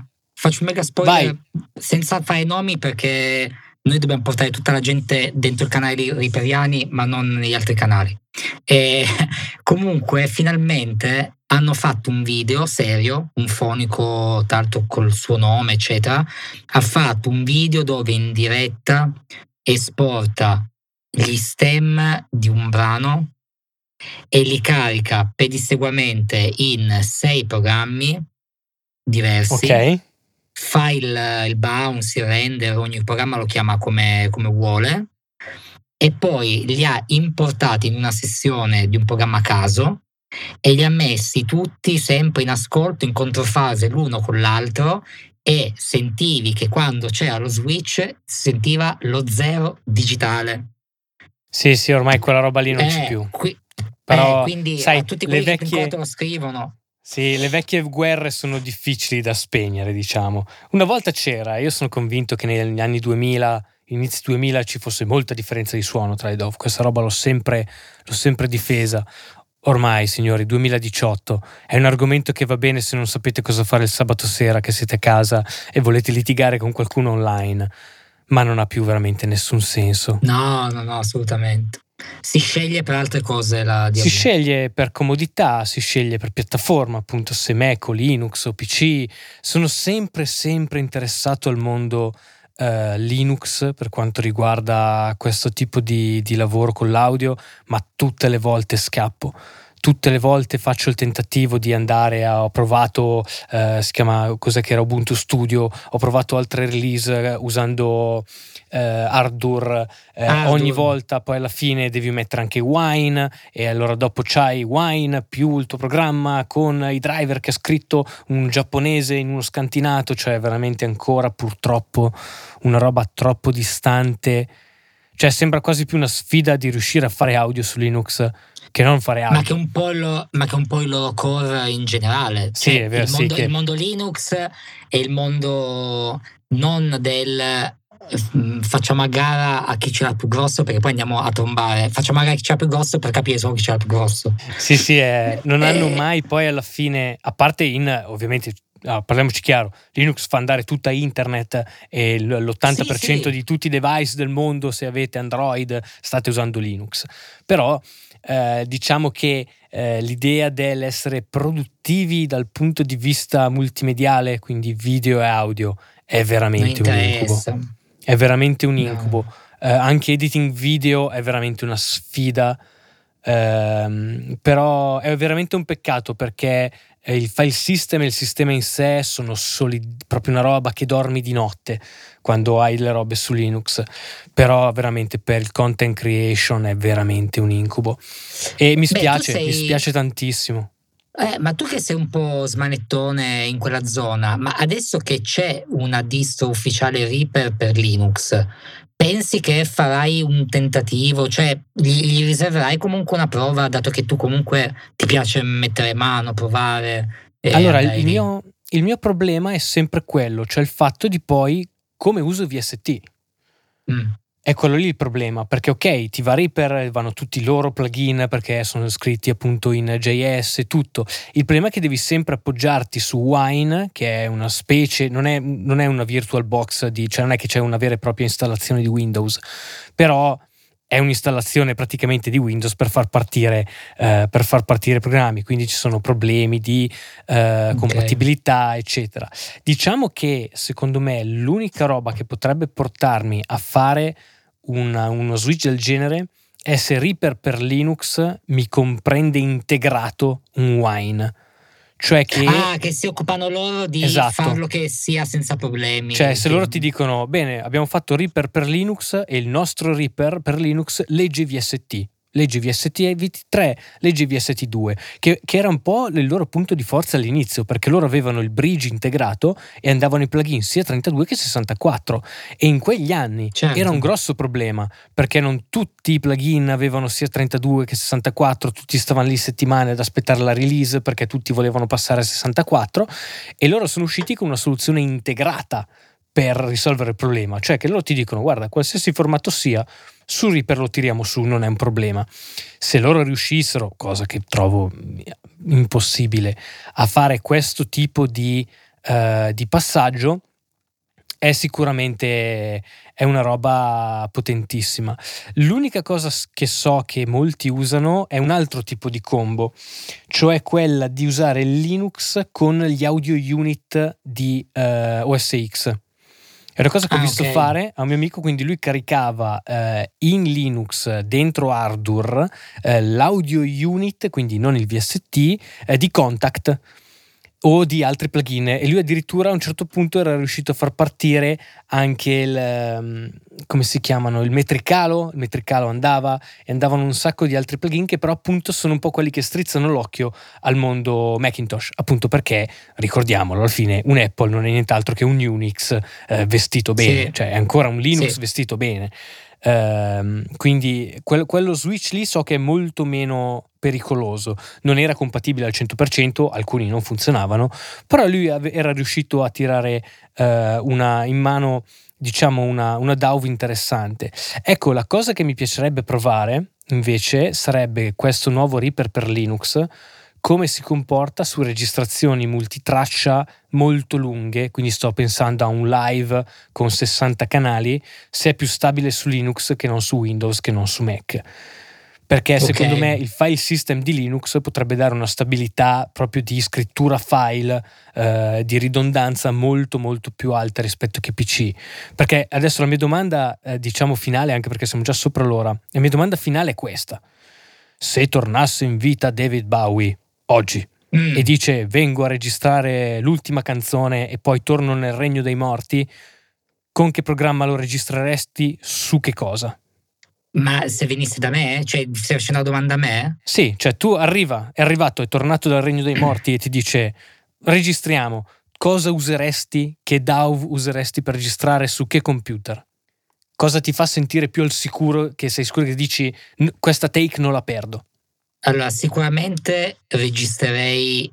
[SPEAKER 2] Vai. Senza fare nomi, perché noi dobbiamo portare tutta la gente dentro i canali riperiani, ma non negli altri canali. E comunque finalmente hanno fatto un video serio, un fonico tanto col suo nome eccetera, ha fatto un video dove in diretta esporta gli stem di un brano e li carica pedissequamente in 6 programmi diversi.
[SPEAKER 1] Ok.
[SPEAKER 2] Fa il bounce, il render, ogni programma lo chiama come vuole, e poi li ha importati in una sessione di un programma a caso e li ha messi tutti sempre in ascolto, in controfase l'uno con l'altro, e sentivi che quando c'era lo switch sentiva lo zero digitale.
[SPEAKER 1] Sì, ormai quella roba lì non c'è più. Però
[SPEAKER 2] quindi
[SPEAKER 1] sai,
[SPEAKER 2] a tutti quelli che lo scrivono.
[SPEAKER 1] Sì, le vecchie guerre sono difficili da spegnere, diciamo. Una volta c'era, io sono convinto che negli anni 2000, inizi 2000, ci fosse molta differenza di suono tra i DAW. Questa roba l'ho sempre difesa. Ormai, signori, 2018 è un argomento che va bene se non sapete cosa fare il sabato sera, che siete a casa e volete litigare con qualcuno online, ma non ha più veramente nessun senso.
[SPEAKER 2] No, assolutamente. Si sceglie per altre cose
[SPEAKER 1] si sceglie per comodità, si sceglie per piattaforma, appunto, se Mac o Linux o PC. Sono sempre interessato al mondo Linux per quanto riguarda questo tipo di lavoro con l'audio, ma tutte le volte scappo. Tutte le volte faccio il tentativo di andare ho provato, si chiama, cos'è che era, Ubuntu Studio, ho provato altre release usando Ardour, ogni volta poi alla fine devi mettere anche Wine, e allora dopo c'hai Wine più il tuo programma con i driver che ha scritto un giapponese in uno scantinato, cioè veramente ancora purtroppo una roba troppo distante. Cioè sembra quasi più una sfida di riuscire a fare audio su Linux che non fare audio.
[SPEAKER 2] Ma che è un po' il loro core in generale.
[SPEAKER 1] Sì,
[SPEAKER 2] cioè,
[SPEAKER 1] è vero,
[SPEAKER 2] il mondo Linux è il mondo non del facciamo a gara a chi ce l'ha più grosso, perché poi andiamo a trombare. Facciamo a gara a chi ce l'ha più grosso per capire solo chi ce l'ha più grosso.
[SPEAKER 1] Sì, non hanno mai poi alla fine, a parte ovviamente, parliamoci chiaro, Linux fa andare tutta internet e l'80% di tutti i device del mondo, se avete Android, state usando Linux. Però diciamo che l'idea dell'essere produttivi dal punto di vista multimediale, quindi video e audio, è veramente un incubo. È veramente un incubo. Anche editing video è veramente una sfida Però è veramente un peccato, perché il file system e il sistema in sé sono proprio una roba che dormi di notte quando hai le robe su Linux, però veramente per il content creation è veramente un incubo e mi spiace tantissimo.
[SPEAKER 2] Ma tu che sei un po' smanettone in quella zona, ma adesso che c'è una distro ufficiale Reaper per Linux, pensi che farai un tentativo? Cioè, gli riserverai comunque una prova, dato che tu comunque ti piace mettere mano, provare e
[SPEAKER 1] Allora,
[SPEAKER 2] andare lì?
[SPEAKER 1] il mio problema è sempre quello, cioè il fatto di poi come uso VST.
[SPEAKER 2] Mm.
[SPEAKER 1] È quello lì il problema, perché ok, ti va Reaper, vanno tutti i loro plugin perché sono scritti appunto in JS e tutto. Il problema è che devi sempre appoggiarti su Wine, che è una specie, non è una VirtualBox, cioè non è che c'è una vera e propria installazione di Windows, però è un'installazione praticamente di Windows per far partire i programmi, quindi ci sono problemi di compatibilità, eccetera. Diciamo che secondo me l'unica roba che potrebbe portarmi a fare uno switch del genere è se Reaper per Linux mi comprende integrato un Wine, cioè
[SPEAKER 2] che si occupano loro di farlo che sia senza problemi.
[SPEAKER 1] Cioè, se loro ti dicono, bene, abbiamo fatto Reaper per Linux e il nostro Reaper per Linux legge VST 3, legge VST 2, che era un po' il loro punto di forza all'inizio, perché loro avevano il bridge integrato e andavano i plugin sia 32 che 64, e in quegli anni era un grosso problema, perché non tutti i plugin avevano sia 32 che 64, tutti stavano lì settimane ad aspettare la release perché tutti volevano passare a 64, e loro sono usciti con una soluzione integrata per risolvere il problema, cioè che loro ti dicono, guarda, qualsiasi formato sia, su Reaper lo tiriamo su, non è un problema. Se loro riuscissero, cosa che trovo impossibile, a fare questo tipo di passaggio, è sicuramente una roba potentissima. L'unica cosa che so che molti usano è un altro tipo di combo, cioè quella di usare Linux con gli audio unit di OS X. È una cosa che ho visto fare a un mio amico, quindi lui caricava in Linux dentro Ardour l'audio unit, quindi non il VST, di Contact o di altri plugin, e lui addirittura a un certo punto era riuscito a far partire anche il come si chiamano, il metricalo andava, e andavano un sacco di altri plugin che però appunto sono un po' quelli che strizzano l'occhio al mondo Macintosh, appunto perché, ricordiamolo, alla fine un Apple non è nient'altro che un Unix vestito bene, cioè è ancora un Linux vestito bene. Quindi quello switch lì so che è molto meno pericoloso, non era compatibile al 100%, alcuni non funzionavano, però lui era riuscito a tirare in mano, diciamo, una DAW interessante. Ecco, la cosa che mi piacerebbe provare invece sarebbe questo nuovo Reaper per Linux, come si comporta su registrazioni multitraccia molto lunghe, quindi sto pensando a un live con 60 canali, se è più stabile su Linux che non su Windows, che non su Mac. Perché secondo me il file system di Linux potrebbe dare una stabilità proprio di scrittura file, di ridondanza molto molto più alta rispetto che PC. Perché adesso la mia domanda, diciamo finale, anche perché siamo già sopra l'ora, la mia domanda finale è questa: se tornasse in vita David Bowie oggi e dice vengo a registrare l'ultima canzone e poi torno nel regno dei morti, con che programma lo registreresti, su che cosa?
[SPEAKER 2] Ma se venisse da me? Cioè, stai facendo una domanda a me?
[SPEAKER 1] Sì, cioè tu è tornato dal regno dei morti e ti dice registriamo, cosa useresti, che DAW useresti per registrare, su che computer? Cosa ti fa sentire più al sicuro, che sei sicuro che dici questa take non la perdo?
[SPEAKER 2] Allora, sicuramente registrerei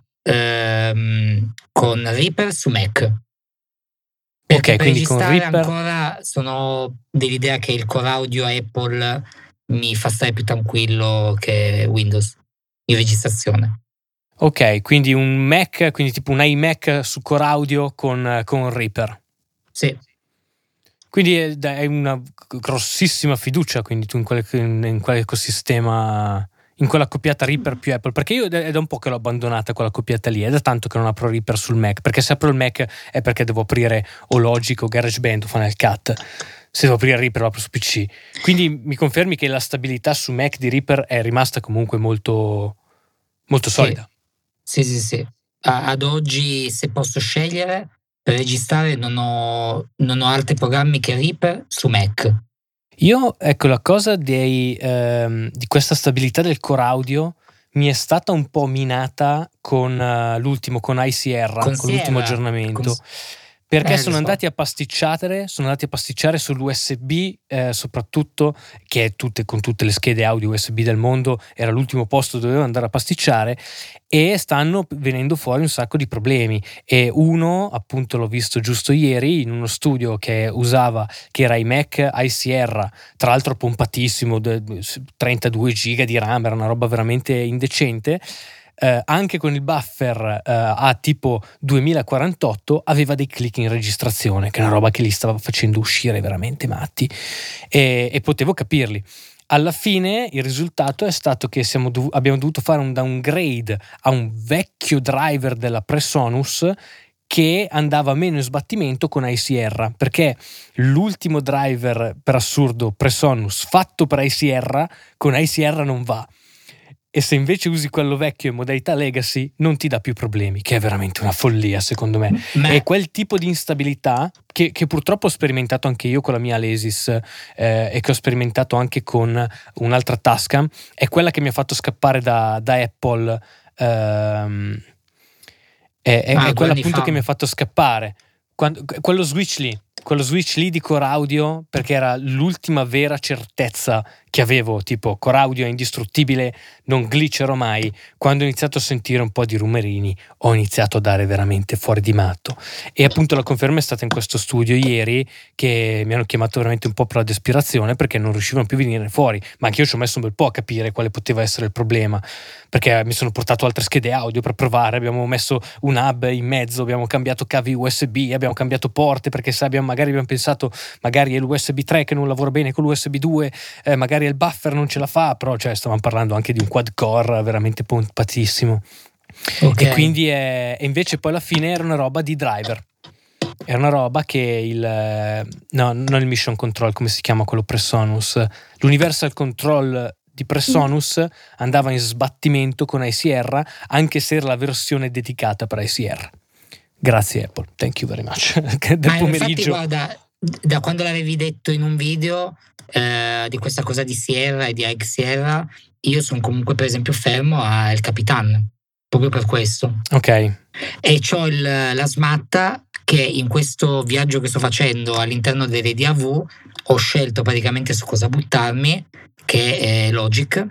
[SPEAKER 2] con Reaper su Mac. Perché per
[SPEAKER 1] quindi con Reaper
[SPEAKER 2] ancora sono dell'idea che il core audio Apple mi fa stare più tranquillo che Windows in registrazione.
[SPEAKER 1] Ok, quindi un Mac, quindi tipo un iMac su core audio con Reaper.
[SPEAKER 2] Sì.
[SPEAKER 1] Quindi è una grossissima fiducia, quindi tu in quell'ecosistema, in quella coppiata Reaper più Apple, perché io è da un po' che l'ho abbandonata quella coppiata lì, è da tanto che non apro Reaper sul Mac, perché se apro il Mac è perché devo aprire o Logic o GarageBand o Final Cut, Se devo aprire Reaper lo apro su PC. Quindi mi confermi che la stabilità su Mac di Reaper è rimasta comunque molto, molto solida?
[SPEAKER 2] Sì. Ad oggi, se posso scegliere, per registrare non ho altri programmi che Reaper su Mac.
[SPEAKER 1] Io, ecco, la cosa di questa stabilità del core audio mi è stata un po' minata con l'ultimo, con iSierra, con l'ultimo aggiornamento. Perché sono andati a pasticciare sull'USB, soprattutto, che è con tutte le schede audio USB del mondo, era l'ultimo posto dove dovevo andare a pasticciare, e stanno venendo fuori un sacco di problemi. E uno, appunto, l'ho visto giusto ieri in uno studio che era iMac iSierra, tra l'altro pompatissimo, 32 giga di RAM, era una roba veramente indecente. Anche con il buffer a tipo 2048 aveva dei click in registrazione, che è una roba che li stava facendo uscire veramente matti, e potevo capirli. Alla fine il risultato è stato che abbiamo dovuto fare un downgrade a un vecchio driver della Presonus che andava meno in sbattimento con iSierra, perché l'ultimo driver, per assurdo, Presonus fatto per iSierra, con iSierra non va. E se invece usi quello vecchio in modalità legacy non ti dà più problemi, che è veramente una follia secondo me. E quel tipo di instabilità che purtroppo ho sperimentato anche io con la mia Alesis, e che ho sperimentato anche con un'altra Tascam, è quella che mi ha fatto scappare da Apple, è quella appunto che mi ha fatto scappare. Quello switch lì di core audio, perché era l'ultima vera certezza che avevo, tipo core audio è indistruttibile, non glitcherò mai. Quando ho iniziato a sentire un po' di rumerini ho iniziato a dare veramente fuori di matto, e appunto la conferma è stata in questo studio ieri, che mi hanno chiamato veramente un po' per la desperazione, perché non riuscivano più a venire fuori. Ma anche io ci ho messo un bel po' a capire quale poteva essere il problema, perché mi sono portato altre schede audio per provare, abbiamo messo un hub in mezzo, abbiamo cambiato cavi USB, abbiamo cambiato porte, perché se magari abbiamo pensato magari è l'USB 3 che non lavora bene con l'USB 2, magari il buffer non ce la fa, però stavamo parlando anche di un quad core veramente pompatissimo. Okay. E quindi invece poi alla fine era una roba di driver, era una roba che non il Mission Control, come si chiama quello Presonus, l'Universal Control di Presonus andava in sbattimento con iSierra, anche se era la versione dedicata per iSierra. Grazie Apple, thank you very much. Del pomeriggio.
[SPEAKER 2] Infatti, guarda, da quando l'avevi detto in un video di questa cosa di Sierra e di iSierra, io sono comunque per esempio fermo al Capitan, proprio per questo.
[SPEAKER 1] Ok.
[SPEAKER 2] E c'ho la smatta che in questo viaggio che sto facendo all'interno delle DAV ho scelto praticamente su cosa buttarmi, che è Logic,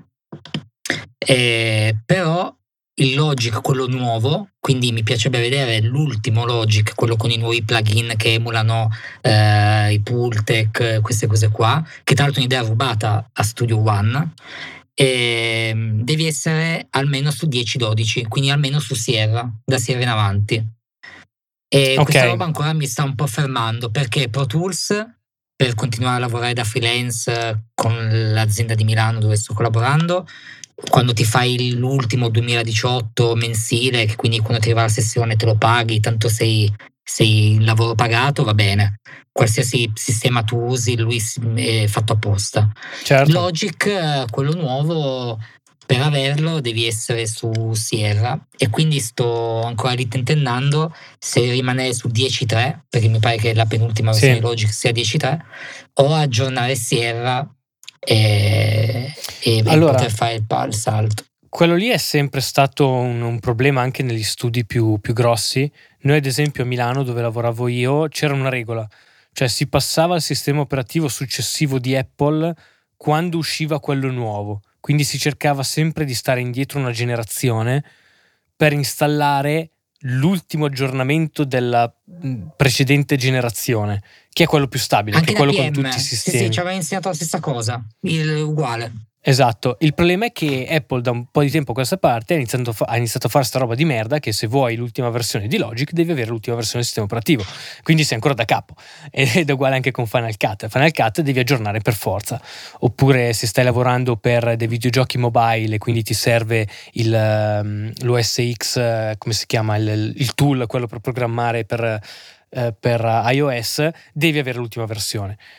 [SPEAKER 2] però il Logic, quello nuovo, quindi mi piacerebbe vedere l'ultimo Logic, quello con i nuovi plugin che emulano i Pultec, queste cose qua, che tra l'altro è un'idea rubata a Studio One. Devi essere almeno su 10-12, quindi almeno su Sierra, da Sierra in avanti. E questa roba ancora mi sta un po' fermando, perché Pro Tools, per continuare a lavorare da freelance con l'azienda di Milano dove sto collaborando, quando ti fai l'ultimo 2018 mensile, che quindi quando ti arriva la sessione te lo paghi, tanto sei in lavoro pagato, va bene. Qualsiasi sistema tu usi, lui è fatto apposta. Certo. Logic, quello nuovo, per averlo devi essere su Sierra, e quindi sto ancora lì tentennando se rimanere su 10.3, perché mi pare che la penultima versione di Logic sia 10.3, o aggiornare Sierra e poter fare il salto.
[SPEAKER 1] Quello lì è sempre stato un problema anche negli studi più grossi. Noi ad esempio a Milano, dove lavoravo io, c'era una regola, cioè si passava al sistema operativo successivo di Apple quando usciva quello nuovo, quindi si cercava sempre di stare indietro una generazione per installare l'ultimo aggiornamento della precedente generazione, che è quello più stabile,
[SPEAKER 2] anche
[SPEAKER 1] che è quello
[SPEAKER 2] PM,
[SPEAKER 1] con tutti i sistemi.
[SPEAKER 2] Sì, ci aveva insegnato la stessa cosa, uguale.
[SPEAKER 1] Esatto, il problema è che Apple da un po' di tempo a questa parte ha iniziato a fare sta roba di merda, che se vuoi l'ultima versione di Logic devi avere l'ultima versione del sistema operativo, quindi sei ancora da capo. Ed è uguale anche con Final Cut devi aggiornare per forza, oppure se stai lavorando per dei videogiochi mobile e quindi ti serve l'OS X, come si chiama, il tool, quello per programmare per iOS, devi avere l'ultima versione.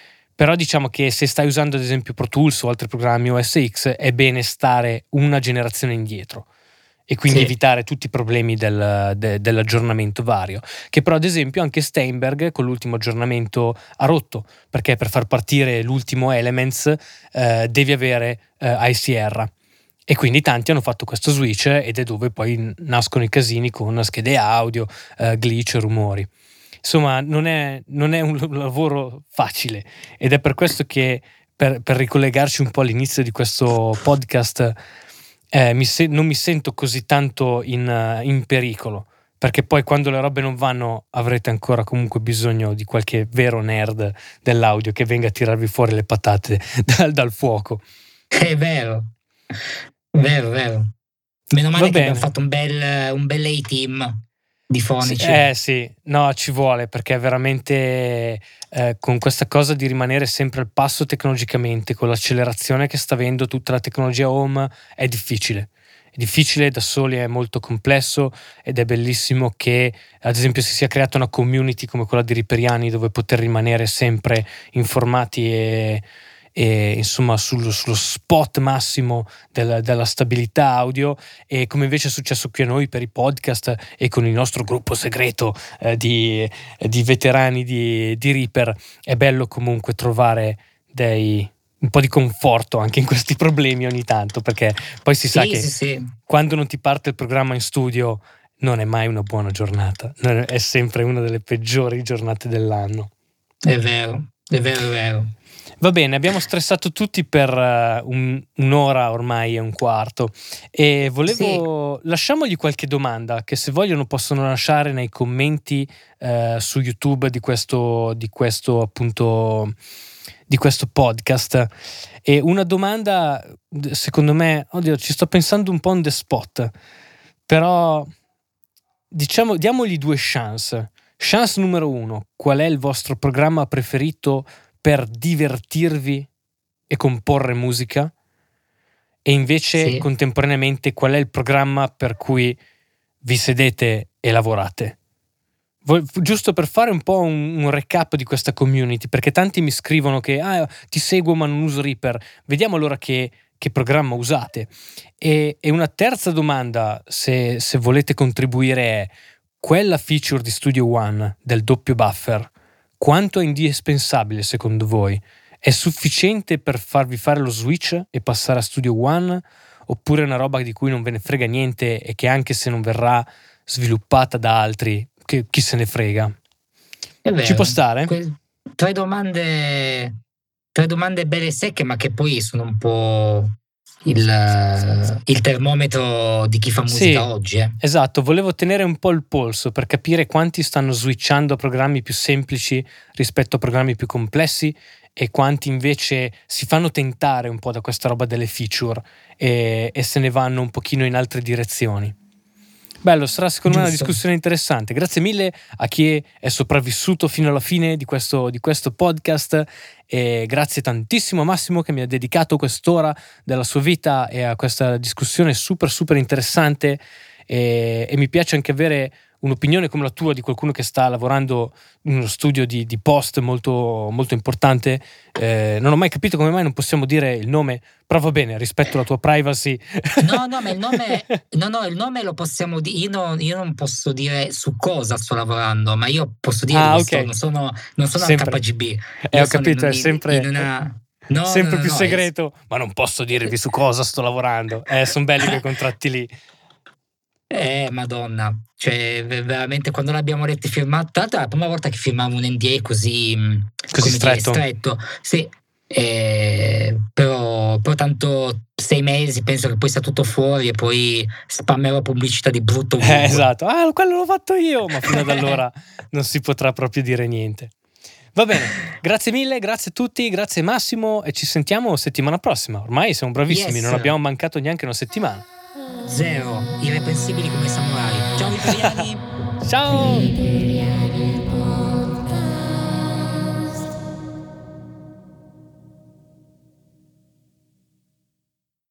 [SPEAKER 1] Però diciamo che se stai usando ad esempio Pro Tools o altri programmi OS X è bene stare una generazione indietro e quindi evitare tutti i problemi dell'aggiornamento vario, che però ad esempio anche Steinberg con l'ultimo aggiornamento ha rotto, perché per far partire l'ultimo Elements devi avere iSierra, e quindi tanti hanno fatto questo switch ed è dove poi nascono i casini con schede audio, glitch, rumori. Insomma, non è un lavoro facile, ed è per questo che per ricollegarci un po' all'inizio di questo podcast non mi sento così tanto in pericolo, perché poi quando le robe non vanno avrete ancora comunque bisogno di qualche vero nerd dell'audio che venga a tirarvi fuori le patate dal fuoco.
[SPEAKER 2] È vero. Vero. Meno male che abbiamo fatto un bel A-team di fonici.
[SPEAKER 1] Sì, no, ci vuole, perché veramente con questa cosa di rimanere sempre al passo tecnologicamente, con l'accelerazione che sta avendo tutta la tecnologia home, è difficile. È difficile da soli, è molto complesso, ed è bellissimo che ad esempio si sia creata una community come quella di Riperiani, dove poter rimanere sempre informati e insomma sullo spot massimo della stabilità audio, e come invece è successo qui a noi per i podcast e con il nostro gruppo segreto di veterani di Reaper. È bello comunque trovare un po' di conforto anche in questi problemi ogni tanto, perché poi si sa che quando non ti parte il programma in studio non è mai una buona giornata, è sempre una delle peggiori giornate dell'anno.
[SPEAKER 2] È vero.
[SPEAKER 1] Va bene, abbiamo stressato tutti per un'ora ormai e un quarto, e volevo lasciamogli qualche domanda che se vogliono possono lasciare nei commenti su YouTube di questo appunto di questo podcast. E una domanda, secondo me, oddio, ci sto pensando un po' on the spot, però diciamo, diamogli due chance. Chance numero 1: qual è il vostro programma preferito per divertirvi e comporre musica? E invece contemporaneamente qual è il programma per cui vi sedete e lavorate? Giusto per fare un po' un recap di questa community, perché tanti mi scrivono che ti seguo ma non uso Reaper. Vediamo allora che programma usate. E una terza domanda, se volete contribuire, è: quella feature di Studio One del doppio buffer, quanto è indispensabile secondo voi? È sufficiente per farvi fare lo switch e passare a Studio One? Oppure è una roba di cui non ve ne frega niente e che anche se non verrà sviluppata da altri, che chi se ne frega?
[SPEAKER 2] È vero.
[SPEAKER 1] Ci può stare?
[SPEAKER 2] Tre domande belle e secche, ma che poi sono un po' il termometro di chi fa musica oggi.
[SPEAKER 1] Esatto, volevo tenere un po' il polso per capire quanti stanno switchando a programmi più semplici rispetto a programmi più complessi, e quanti invece si fanno tentare un po' da questa roba delle feature e se ne vanno un pochino in altre direzioni. Bello, sarà secondo me una discussione interessante. Grazie mille a chi è sopravvissuto fino alla fine di questo podcast, e grazie tantissimo a Massimo che mi ha dedicato quest'ora della sua vita e a questa discussione super super interessante, e mi piace anche avere un'opinione come la tua di qualcuno che sta lavorando in uno studio di post molto, molto importante. Non ho mai capito come mai non possiamo dire il nome, però va bene, rispetto alla tua privacy.
[SPEAKER 2] No, ma il nome lo possiamo dire. Io non posso dire su cosa sto lavorando, ma io posso dire non sono
[SPEAKER 1] sempre.
[SPEAKER 2] HGB.
[SPEAKER 1] Ho capito, è sempre sempre più segreto, ma non posso dirvi su cosa sto lavorando. Sono belli quei contratti lì.
[SPEAKER 2] Madonna, cioè veramente quando l'abbiamo letto firmato, tra l'altro è la prima volta che firmavo un NDA così stretto. Sì, però tanto 6 mesi penso che poi sia tutto fuori e poi spammerò pubblicità di brutto.
[SPEAKER 1] Esatto, quello l'ho fatto io, ma fino ad allora non si potrà proprio dire niente. Va bene, grazie mille, grazie a tutti, grazie Massimo, e ci sentiamo settimana prossima. Ormai siamo bravissimi, non abbiamo mancato neanche una settimana.
[SPEAKER 2] Zero, irreprensibili come samurai. Ciao Riperiani.
[SPEAKER 1] Ciao.